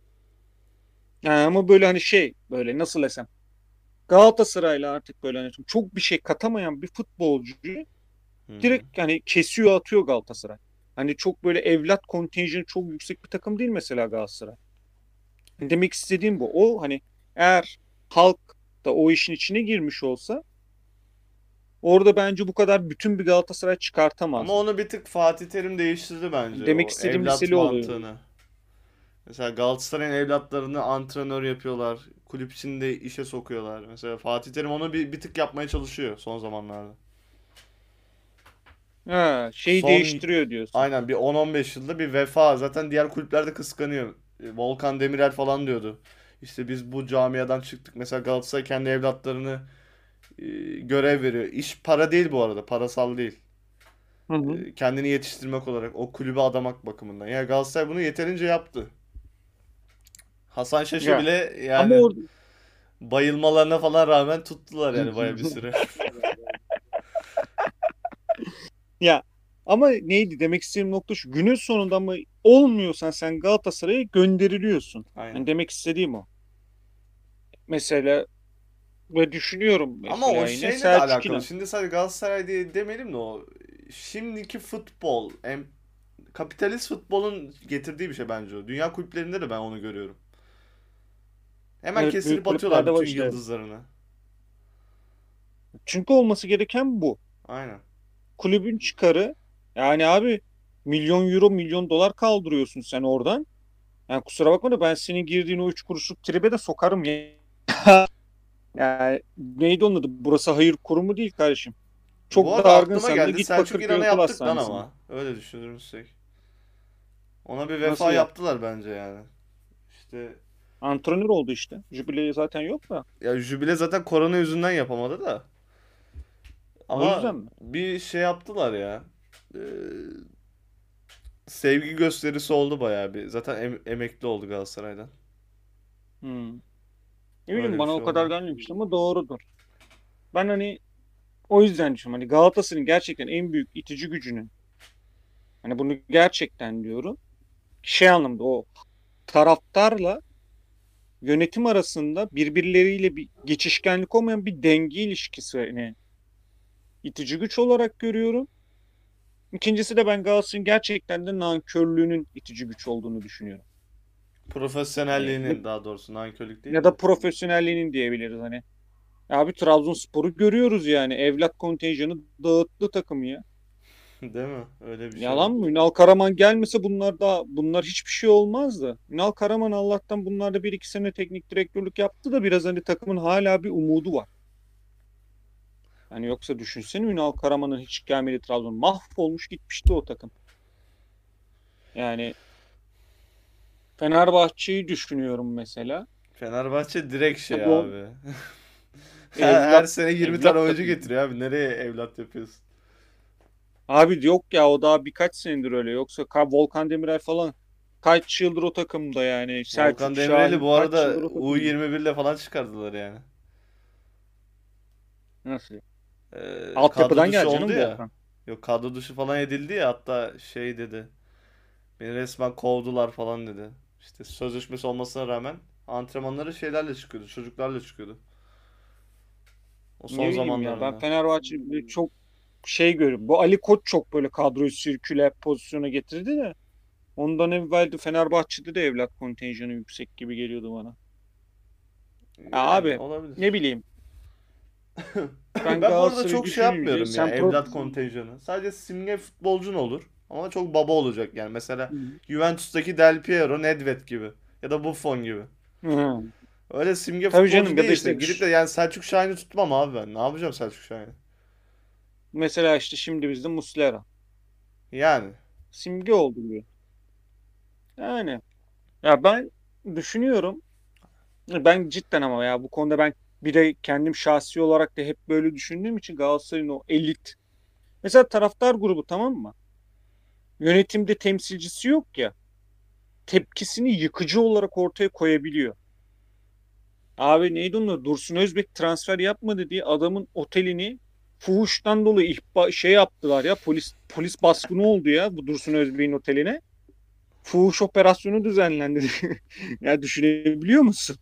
[SPEAKER 2] Yani ama böyle hani şey böyle nasıl desem Galatasaray'la artık böyle hani çok bir şey katamayan bir futbolcuyu
[SPEAKER 1] Hı hı.
[SPEAKER 2] direkt hani kesiyor atıyor Galatasaray. Hani çok böyle evlat kontenjanı çok yüksek bir takım değil mesela Galatasaray. Demek istediğim bu. O hani eğer halk da o işin içine girmiş olsa orada bence bu kadar bütün bir Galatasaray
[SPEAKER 1] Ama
[SPEAKER 2] çıkartamazdı.
[SPEAKER 1] onu bir tık Fatih Terim değiştirdi
[SPEAKER 2] Yani
[SPEAKER 1] bence.
[SPEAKER 2] demek
[SPEAKER 1] O
[SPEAKER 2] istediğim
[SPEAKER 1] evlat
[SPEAKER 2] liseli oluyor.
[SPEAKER 1] mantığını. Mesela Galatasaray'ın evlatlarını antrenör yapıyorlar. Kulüp içinde işe sokuyorlar. Mesela Fatih Terim onu bir, bir tık yapmaya çalışıyor son zamanlarda.
[SPEAKER 2] Ha, şeyi
[SPEAKER 1] Son
[SPEAKER 2] değiştiriyor diyorsun.
[SPEAKER 1] aynen bir on on beş yılda bir vefa. Zaten diğer kulüpler de kıskanıyor. E, Volkan Demirel falan diyordu. İşte biz bu camiadan çıktık. Mesela Galatasaray kendi evlatlarını e, görev veriyor. İş para değil bu arada. Parasal değil.
[SPEAKER 2] Hı hı.
[SPEAKER 1] E, kendini yetiştirmek olarak. O kulübe adamak bakımından. Yani Galatasaray bunu yeterince yaptı. Hasan Şaş'ı
[SPEAKER 2] Ya
[SPEAKER 1] bile
[SPEAKER 2] ama
[SPEAKER 1] yani
[SPEAKER 2] orada
[SPEAKER 1] bayılmalarına falan rağmen tuttular yani baya bir süre.
[SPEAKER 2] ya ama neydi demek istediğim nokta şu. Günün sonunda ama olmuyorsan sen Galatasaray'a gönderiliyorsun.
[SPEAKER 1] Aynen.
[SPEAKER 2] Yani demek istediğim o. Mesela ve düşünüyorum
[SPEAKER 1] Ama o
[SPEAKER 2] mesela yine
[SPEAKER 1] şeyle de
[SPEAKER 2] Selçuk
[SPEAKER 1] alakalı.
[SPEAKER 2] İnan.
[SPEAKER 1] Şimdi sadece Galatasaray diye demeyelim de o şimdiki futbol, em, kapitalist futbolun getirdiği bir şey bence o. Dünya kulüplerinde de ben onu görüyorum. Hemen
[SPEAKER 2] Evet büyük
[SPEAKER 1] kestirip atıyorlar
[SPEAKER 2] kulüplerde var
[SPEAKER 1] bütün
[SPEAKER 2] işte.
[SPEAKER 1] yıldızlarını.
[SPEAKER 2] Çünkü olması gereken bu.
[SPEAKER 1] Aynen.
[SPEAKER 2] Kulübün çıkarı yani abi milyon euro milyon dolar kaldırıyorsun sen oradan. Yani kusura bakma da ben senin girdiğin o üç kuruşluk tribe de sokarım ya. Yani neydi onun adı? Burası hayır kurumu değil kardeşim.
[SPEAKER 1] Bu
[SPEAKER 2] Çok
[SPEAKER 1] arada aklıma
[SPEAKER 2] dargınsan da
[SPEAKER 1] geldi.
[SPEAKER 2] git
[SPEAKER 1] Selçuk
[SPEAKER 2] Bakırköy
[SPEAKER 1] İnan'a
[SPEAKER 2] Akıl
[SPEAKER 1] yaptık lan
[SPEAKER 2] Hastanesi'ne.
[SPEAKER 1] ama. Öyle düşünürsek. Ona bir
[SPEAKER 2] Nasıl
[SPEAKER 1] vefa
[SPEAKER 2] yap?
[SPEAKER 1] yaptılar bence yani. İşte
[SPEAKER 2] Antrenör oldu işte. Jübile zaten yok da.
[SPEAKER 1] ya Jübile zaten korona yüzünden yapamadı da.
[SPEAKER 2] O
[SPEAKER 1] Ama
[SPEAKER 2] yüzden mi?
[SPEAKER 1] bir şey yaptılar ya. Ee, sevgi gösterisi oldu bayağı bir. Zaten em- emekli oldu Galatasaray'dan.
[SPEAKER 2] Hmm. Ne bileyim
[SPEAKER 1] Öyle bir
[SPEAKER 2] bana
[SPEAKER 1] şey
[SPEAKER 2] o kadar
[SPEAKER 1] oldu.
[SPEAKER 2] gelmemişti ama doğrudur. Ben hani o yüzden düşünüyorum. Hani Galatasaray'ın gerçekten en büyük itici gücünün hani bunu gerçekten diyorum. Şey anlamda o taraftarla yönetim arasında birbirleriyle bir geçişkenlik olmayan bir denge ilişkisi hani itici güç olarak görüyorum. İkincisi de ben Galatasaray'ın gerçekten de nankörlüğünün itici güç olduğunu düşünüyorum. Hani
[SPEAKER 1] Profesyonelliğinin daha doğrusu nankörlük
[SPEAKER 2] ya
[SPEAKER 1] değil
[SPEAKER 2] da
[SPEAKER 1] de.
[SPEAKER 2] profesyonelliğinin diyebiliriz hani. Abi Trabzonspor'u görüyoruz yani. Evlat kontenjanı dağıttı takımı ya.
[SPEAKER 1] Değil mi? Öyle bir şey
[SPEAKER 2] Yalan
[SPEAKER 1] var.
[SPEAKER 2] mı? Ünal Karaman gelmese bunlar da bunlar hiçbir şey olmazdı. Ünal Karaman Allah'tan bunlarda bir iki sene teknik direktörlük yaptı da biraz hani takımın hala bir umudu var. Hani yoksa düşünsene Ünal Karaman'ın hiç gelmedi Trabzon. Mahvolmuş gitmişti o takım. Yani Fenerbahçe'yi düşünüyorum mesela.
[SPEAKER 1] Fenerbahçe direkt şey
[SPEAKER 2] Tabii o
[SPEAKER 1] abi. Her, her
[SPEAKER 2] evlat
[SPEAKER 1] sene yirmi tane
[SPEAKER 2] evlat
[SPEAKER 1] oyuncu
[SPEAKER 2] takımı.
[SPEAKER 1] getiriyor abi. Nereye evlat yapıyorsun?
[SPEAKER 2] Abi yok ya o daha birkaç senedir öyle. Yoksa Ka- Volkan Demirel falan kaç yıldır o takımda yani.
[SPEAKER 1] Volkan
[SPEAKER 2] Selçuk
[SPEAKER 1] Demirel'i
[SPEAKER 2] Şahin
[SPEAKER 1] bu
[SPEAKER 2] kaç
[SPEAKER 1] arada
[SPEAKER 2] yıldır o
[SPEAKER 1] U
[SPEAKER 2] takımda.
[SPEAKER 1] yirmi bir ile falan çıkardılar yani.
[SPEAKER 2] Nasıl?
[SPEAKER 1] Ee, kadro
[SPEAKER 2] Altyapıdan
[SPEAKER 1] dışı
[SPEAKER 2] gel
[SPEAKER 1] oldu
[SPEAKER 2] canım
[SPEAKER 1] ya.
[SPEAKER 2] Volkan.
[SPEAKER 1] Yok kadro dışı falan edildi ya, hatta şey dedi. Beni resmen kovdular falan dedi. İşte sözleşmesi olmasına rağmen antrenmanları şeylerle çıkıyordu. Çocuklarla çıkıyordu. O
[SPEAKER 2] Ne
[SPEAKER 1] son
[SPEAKER 2] bileyim ya ben
[SPEAKER 1] zamanlarında.
[SPEAKER 2] Fenerbahçe'yi çok şey görüyorum. Bu Ali Koç çok böyle kadroyu sirküler pozisyona getirdi de ondan evvel de Fenerbahçe'de de evlat kontenjanı yüksek gibi geliyordu bana. Ya
[SPEAKER 1] Yani
[SPEAKER 2] abi ne
[SPEAKER 1] olabilir.
[SPEAKER 2] bileyim ben
[SPEAKER 1] Ben bu arada
[SPEAKER 2] Galatasaray'ı
[SPEAKER 1] çok şey
[SPEAKER 2] düşününce
[SPEAKER 1] yapmıyorum ya
[SPEAKER 2] sen pro...
[SPEAKER 1] evlat kontenjanı. Sadece simge futbolcun olur. Ama çok baba olacak yani. Mesela Juventus'taki Del Piero, Nedved gibi. Ya da Buffon gibi.
[SPEAKER 2] Hı.
[SPEAKER 1] Öyle simge
[SPEAKER 2] Tabii canım
[SPEAKER 1] futbolcu
[SPEAKER 2] ya da
[SPEAKER 1] değilse
[SPEAKER 2] işte
[SPEAKER 1] gidip de
[SPEAKER 2] ş-
[SPEAKER 1] yani Selçuk Şahin'i tutmam abi ben. Ne yapacağım Selçuk Şahin'i?
[SPEAKER 2] mesela işte şimdi bizde Muslera.
[SPEAKER 1] Yani.
[SPEAKER 2] Simge oldu diyor. Yani ya ben düşünüyorum. Ben cidden ama ya bu konuda ben bir de kendim şahsi olarak da hep böyle düşündüğüm için Galatasaray'ın o elit. Mesela taraftar grubu tamam mı? Yönetimde temsilcisi yok ya. Tepkisini yıkıcı olarak ortaya koyabiliyor. Abi neydi onun? Dursun Özbek transfer yapmadı diye adamın otelini fuhuştan dolayı ihba şey yaptılar ya. Polis polis baskını oldu ya bu Dursun Özbek'in oteline. Fuhuş operasyonu düzenlendi. Ya düşünebiliyor musun?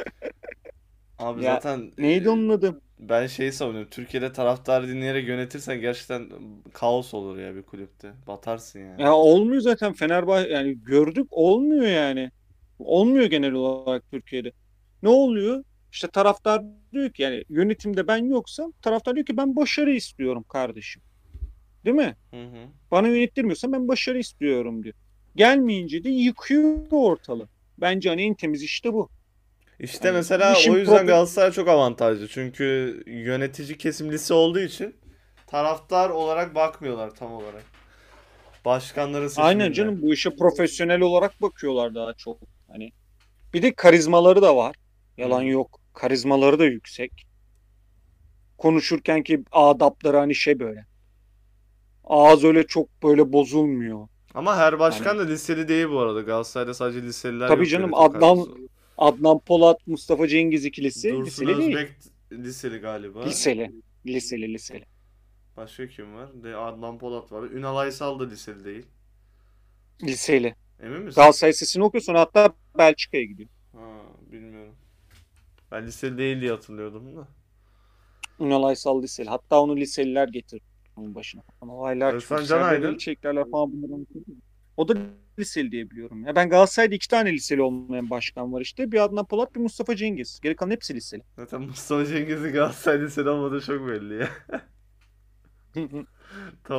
[SPEAKER 1] Abi
[SPEAKER 2] Ya
[SPEAKER 1] zaten e,
[SPEAKER 2] neydi onun adı?
[SPEAKER 1] ben şeyi savunuyorum. Türkiye'de taraftarı dinleyerek yönetirsen gerçekten kaos olur ya bir kulüpte. Batarsın yani.
[SPEAKER 2] Ya olmuyor zaten Fenerbahçe yani gördük olmuyor yani. Olmuyor genel olarak Türkiye'de. Ne oluyor? İşte taraftar diyor ki yani yönetimde ben yoksam taraftar diyor ki ben başarı istiyorum kardeşim. Değil mi?
[SPEAKER 1] Hı hı.
[SPEAKER 2] Bana yönettirmiyorsan ben başarı istiyorum diyor. Gelmeyince de yıkıyor ortalığı. Bence hani en temiz işte bu.
[SPEAKER 1] İşte
[SPEAKER 2] Hani
[SPEAKER 1] mesela o
[SPEAKER 2] işin
[SPEAKER 1] yüzden
[SPEAKER 2] profe
[SPEAKER 1] Galatasaray çok avantajlı. Çünkü yönetici kesim lise olduğu için taraftar olarak bakmıyorlar tam olarak. Başkanların
[SPEAKER 2] aynen
[SPEAKER 1] seçiminde.
[SPEAKER 2] canım bu işe profesyonel olarak bakıyorlar daha çok. Hani bir de karizmaları da var.
[SPEAKER 1] Hı
[SPEAKER 2] Yalan
[SPEAKER 1] hı.
[SPEAKER 2] yok. Karizmaları da yüksek. Konuşurken ki adapları hani şey böyle. Ağız öyle çok böyle bozulmuyor.
[SPEAKER 1] Ama her başkan
[SPEAKER 2] Hani
[SPEAKER 1] da liseli değil bu arada. Galatasaray'da sadece liseliler
[SPEAKER 2] tabii
[SPEAKER 1] yok
[SPEAKER 2] canım
[SPEAKER 1] yönetim
[SPEAKER 2] Adnan
[SPEAKER 1] kadrosu.
[SPEAKER 2] Adnan Polat, Mustafa Cengiz ikilisi
[SPEAKER 1] Dursun
[SPEAKER 2] liseli değil.
[SPEAKER 1] Özbek liseli galiba.
[SPEAKER 2] Liseli. Liseli liseli.
[SPEAKER 1] Başka kim var? De Adnan Polat var. Ünal Aysal da liseli değil.
[SPEAKER 2] Liseli.
[SPEAKER 1] Emin misin?
[SPEAKER 2] Galatasaray Lisesi'ni okuyor sonra hatta Belçika'ya gidiyor.
[SPEAKER 1] Ha, bilmiyorum. Ben liseli değil diye hatırlıyordum da.
[SPEAKER 2] Ünal Aysal liseli. Hatta onu liseliler getirdi onun başına. Ama olaylar çıkmış.
[SPEAKER 1] Özcan
[SPEAKER 2] Serdar Ali
[SPEAKER 1] Canaydın.
[SPEAKER 2] Çeliklerler falan bunları anlatıyor. O da liseli diye biliyorum. Ya ben Galatasaray'da iki tane liseli olmayan başkan var işte. Bir Adnan Polat, bir Mustafa Cengiz. Geri kalan hepsi liseli.
[SPEAKER 1] Zaten Mustafa Cengiz'in Galatasaray liseli olmadığı çok belli ya.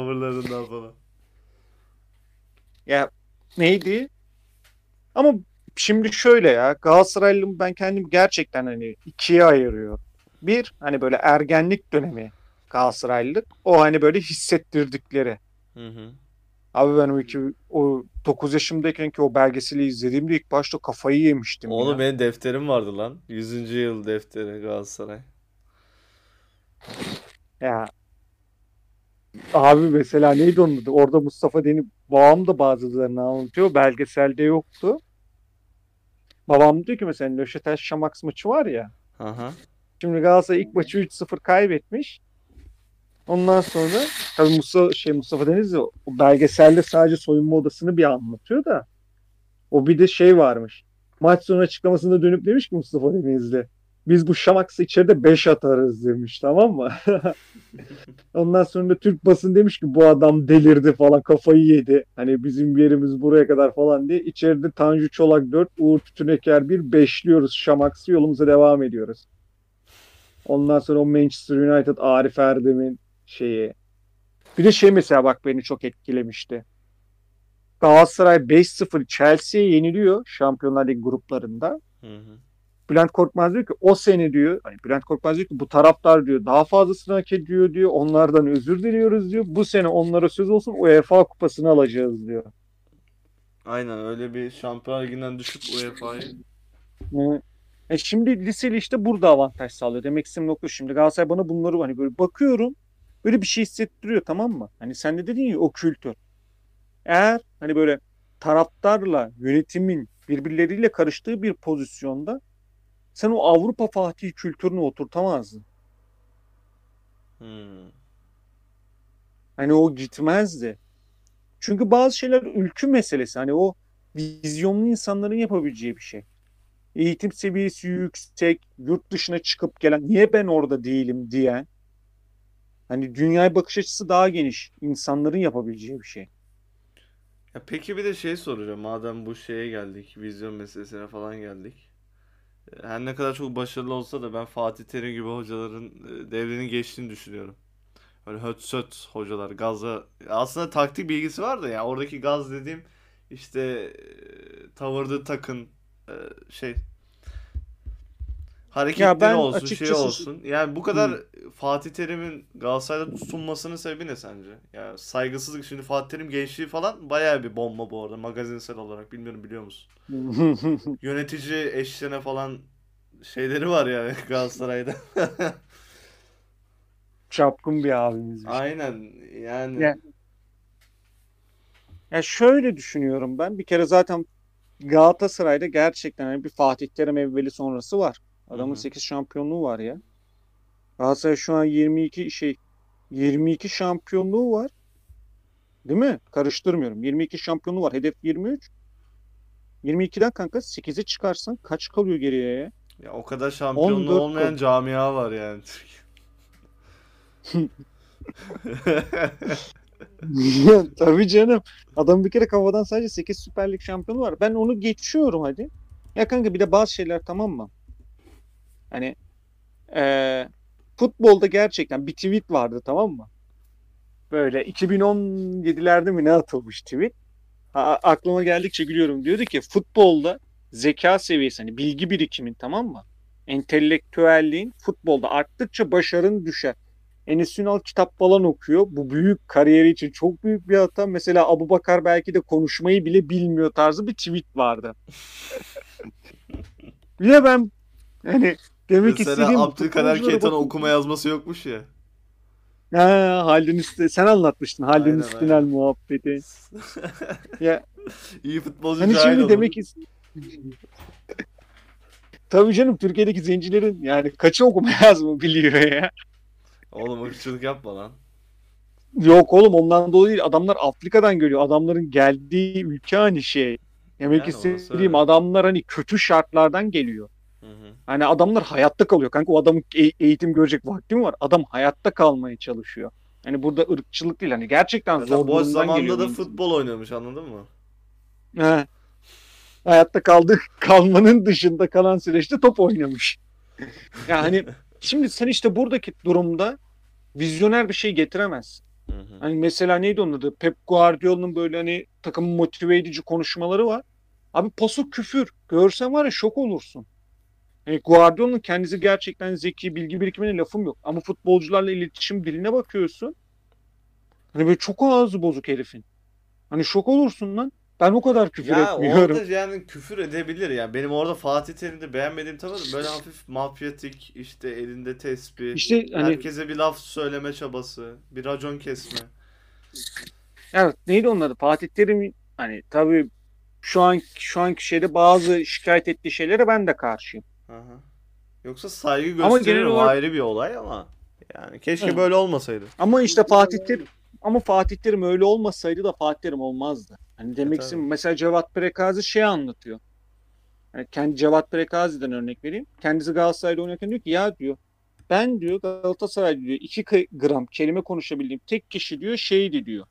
[SPEAKER 1] Tavırlarından falan.
[SPEAKER 2] Ya neydi? Ama şimdi şöyle ya, Galatasaraylıyım ben kendim gerçekten hani ikiye ayırıyor. Bir hani böyle ergenlik dönemi Galatasaraylılık. O hani böyle hissettirdikleri.
[SPEAKER 1] Hı hı.
[SPEAKER 2] Abi ben o iki o dokuz yaşımdayken ki o belgeseli izlediğimde ilk başta kafayı yemiştim
[SPEAKER 1] Oğlum
[SPEAKER 2] ya.
[SPEAKER 1] benim defterim vardı lan. Yüzüncü yıl defteri Galatasaray.
[SPEAKER 2] Ya abi mesela neydi onun adı? Orada Mustafa Denip babam da bazılarını anlatıyor. Belgeselde yoktu. Babam diyor ki mesela Nöşetel Şamax maçı var ya.
[SPEAKER 1] Aha.
[SPEAKER 2] Şimdi Galatasaray ilk maçı üç sıfır kaybetmiş. Ondan sonra tabii Mustafa, şey Mustafa Denizli o belgeselde sadece soyunma odasını bir anlatıyor da o bir de şey varmış. Maç sonu açıklamasında dönüp demiş ki Mustafa Denizli biz bu Şamax'ı içeride beş atarız demiş, tamam mı? Ondan sonra da Türk basın demiş ki bu adam delirdi falan, kafayı yedi. Hani bizim yerimiz buraya kadar falan diye. İçeride Tanju Çolak dört, Uğur Tütüneker bir, beşliyoruz Şamax'ı, yolumuza devam ediyoruz. Ondan sonra o Manchester United Arif Erdem'in şeyi. Bir de şey mesela bak beni çok etkilemişti. Galatasaray beş sıfır Chelsea'ye yeniliyor Şampiyonlar Ligi gruplarında.
[SPEAKER 1] Hı hı.
[SPEAKER 2] Bülent Korkmaz diyor ki o sene diyor, hani Bülent Korkmaz diyor ki bu taraftar diyor daha fazlasını hak ediyor diyor. Onlardan özür diliyoruz diyor. Bu sene onlara söz olsun UEFA kupasını alacağız diyor.
[SPEAKER 1] Aynen öyle bir Şampiyonlar Ligi'nden düşüp U E F A'yı.
[SPEAKER 2] Yani, e şimdi liseli işte burada avantaj sağlıyor. Demek istediğim nokta şu. Şimdi Galatasaray bana bunları hani böyle bakıyorum. Böyle bir şey hissettiriyor, tamam mı? Hani sen de dedin ya o kültür. Eğer hani böyle taraftarla yönetimin birbirleriyle karıştığı bir pozisyonda sen o Avrupa Fatih kültürünü oturtamazdın.
[SPEAKER 1] Hmm.
[SPEAKER 2] Hani o gitmezdi. Çünkü bazı şeyler ülkü meselesi. Hani o vizyonlu insanların yapabileceği bir şey. Eğitim seviyesi yüksek, yurt dışına çıkıp gelen, niye ben orada değilim diyen, hani dünyaya bakış açısı daha geniş insanların yapabileceği bir şey.
[SPEAKER 1] Ya peki bir de şey soracağım. Madem bu şeye geldik, vizyon meselesine falan geldik. Her ne kadar çok başarılı olsa da ben Fatih Terim gibi hocaların e, devrinin geçtiğini düşünüyorum. Öyle höt söt hocalar gaza aslında taktik bilgisi var da ya oradaki gaz dediğim işte e, tavırdı takın e, şey
[SPEAKER 2] Ya
[SPEAKER 1] hareketleri
[SPEAKER 2] ben
[SPEAKER 1] olsun şey
[SPEAKER 2] açıkçası
[SPEAKER 1] olsun. Yani bu kadar
[SPEAKER 2] hmm,
[SPEAKER 1] Fatih Terim'in Galatasaray'da tutunmasının sebebi ne sence? Ya saygısızlık şimdi Fatih Terim gençliği falan bayağı bir bomba bu arada magazinsel olarak bilmiyorum biliyor musun? Yönetici eşlerine falan şeyleri var yani Galatasaray'da.
[SPEAKER 2] çapkın bir abimizmiş.
[SPEAKER 1] Aynen yani.
[SPEAKER 2] Ya, ya şöyle düşünüyorum ben. Bir kere zaten Galatasaray'da gerçekten hani bir Fatih Terim evveli sonrası var.
[SPEAKER 1] Hı
[SPEAKER 2] Adamın
[SPEAKER 1] hı.
[SPEAKER 2] sekiz şampiyonluğu var ya. Galatasaray şu an yirmi iki şey yirmi iki şampiyonluğu var. Değil mi? Karıştırmıyorum. yirmi iki şampiyonluğu var. Hedef yirmi üç. yirmi ikiden kanka sekize çıkarsan kaç kalıyor geriye ya?
[SPEAKER 1] Ya o kadar şampiyonluğu
[SPEAKER 2] on dört
[SPEAKER 1] olmayan
[SPEAKER 2] kalıyor.
[SPEAKER 1] camia var yani Türkiye.
[SPEAKER 2] Tabii canım. Adam bir kere kafadan sadece sekiz Süper Lig şampiyonu var. Ben onu geçiyorum hadi. Ya kanka bir de bazı şeyler, tamam mı? Hani eee, futbolda gerçekten bir tweet vardı, tamam mı? Böyle iki bin on yedilerde mi ne atılmış tweet? Ha, aklıma geldikçe gülüyorum. Diyordu ki futbolda zeka seviyesi, hani bilgi birikimin, tamam mı? Entelektüelliğin futbolda arttıkça başarın düşer. Enes Ünal kitap falan okuyor. Bu büyük kariyeri için çok büyük bir hata. Mesela Abubakar belki de konuşmayı bile bilmiyor tarzı bir tweet vardı. Bir de ben hani demek
[SPEAKER 1] Mesela
[SPEAKER 2] istediğim
[SPEAKER 1] Abdülkader
[SPEAKER 2] futbolculara
[SPEAKER 1] Ketan'ın
[SPEAKER 2] bakın.
[SPEAKER 1] okuma yazması yokmuş ya.
[SPEAKER 2] Ha, Haldun Üstü, sen anlatmıştın Haldun
[SPEAKER 1] Aynen
[SPEAKER 2] Üstünel
[SPEAKER 1] aynen.
[SPEAKER 2] muhabbeti. Ya
[SPEAKER 1] İyi futbolcu
[SPEAKER 2] hani
[SPEAKER 1] cahil
[SPEAKER 2] şimdi
[SPEAKER 1] olur.
[SPEAKER 2] demek is tabii canım Türkiye'deki zencilerin yani kaçı okuma yazma biliyor ya.
[SPEAKER 1] Oğlum ırkçılık yapma lan.
[SPEAKER 2] Yok oğlum ondan dolayı değil. Adamlar Afrika'dan geliyor. Adamların geldiği ülke hani şey. Demek
[SPEAKER 1] Yani orası
[SPEAKER 2] istediğim
[SPEAKER 1] öyle.
[SPEAKER 2] adamlar hani kötü şartlardan geliyor.
[SPEAKER 1] Hı hı.
[SPEAKER 2] Hani adamlar hayatta kalıyor. Kanka o adamın e- eğitim görecek vakti mi var? Adam hayatta kalmaya çalışıyor. Hani burada ırkçılık değil. Hani gerçekten
[SPEAKER 1] Mesela
[SPEAKER 2] zor
[SPEAKER 1] boş
[SPEAKER 2] durumdan
[SPEAKER 1] zamanda
[SPEAKER 2] geliyor
[SPEAKER 1] da
[SPEAKER 2] bir insan.
[SPEAKER 1] futbol oynamış anladın mı?
[SPEAKER 2] He, hayatta kaldı kalmanın dışında kalan süreçte top oynamış. Yani şimdi sen işte buradaki durumda vizyoner bir şey getiremezsin.
[SPEAKER 1] Hı hı.
[SPEAKER 2] Hani mesela neydi onun adı? Pep Guardiola'nın böyle hani takımı motive edici konuşmaları var. Abi paso küfür. Görsen var ya şok olursun. Hani Guardiola'nın kendisi gerçekten zeki, bilgi birikimine lafım yok. Ama futbolcularla iletişim diline bakıyorsun. Hani böyle çok ağzı bozuk herifin. Hani şok olursun lan. Ben o kadar küfür
[SPEAKER 1] Ya orada
[SPEAKER 2] etmiyorum.
[SPEAKER 1] yani küfür edebilir ya. Benim orada Fatih Terim'de beğenmediğim tavır böyle hafif mafyatik, işte elinde tespih,
[SPEAKER 2] İşte hani
[SPEAKER 1] herkese bir laf söyleme çabası, bir racon kesme.
[SPEAKER 2] ya neydi onun adı? Fatih Terim hani tabii şu an şu anki şeyde bazı şikayet ettiği şeylere ben de karşıyım.
[SPEAKER 1] Aha. Yoksa saygı
[SPEAKER 2] Ama genel
[SPEAKER 1] gösteririm, o
[SPEAKER 2] olarak
[SPEAKER 1] ayrı bir olay ama yani keşke
[SPEAKER 2] hı.
[SPEAKER 1] böyle olmasaydı.
[SPEAKER 2] Ama işte Fatih Terim ama Fatih Terim öyle olmasaydı da Fatih Terim olmazdı. Hani
[SPEAKER 1] E
[SPEAKER 2] demek
[SPEAKER 1] tabii.
[SPEAKER 2] istediğim mesela Cevat Prekazi şey anlatıyor. Hani kendi Cevat Prekazi'den örnek vereyim. Kendisi Galatasaray'da oynarken diyor ki ya diyor ben diyor Galatasaray'da diyor iki gram kelime konuşabildiğim tek kişi diyor şeydi diyor.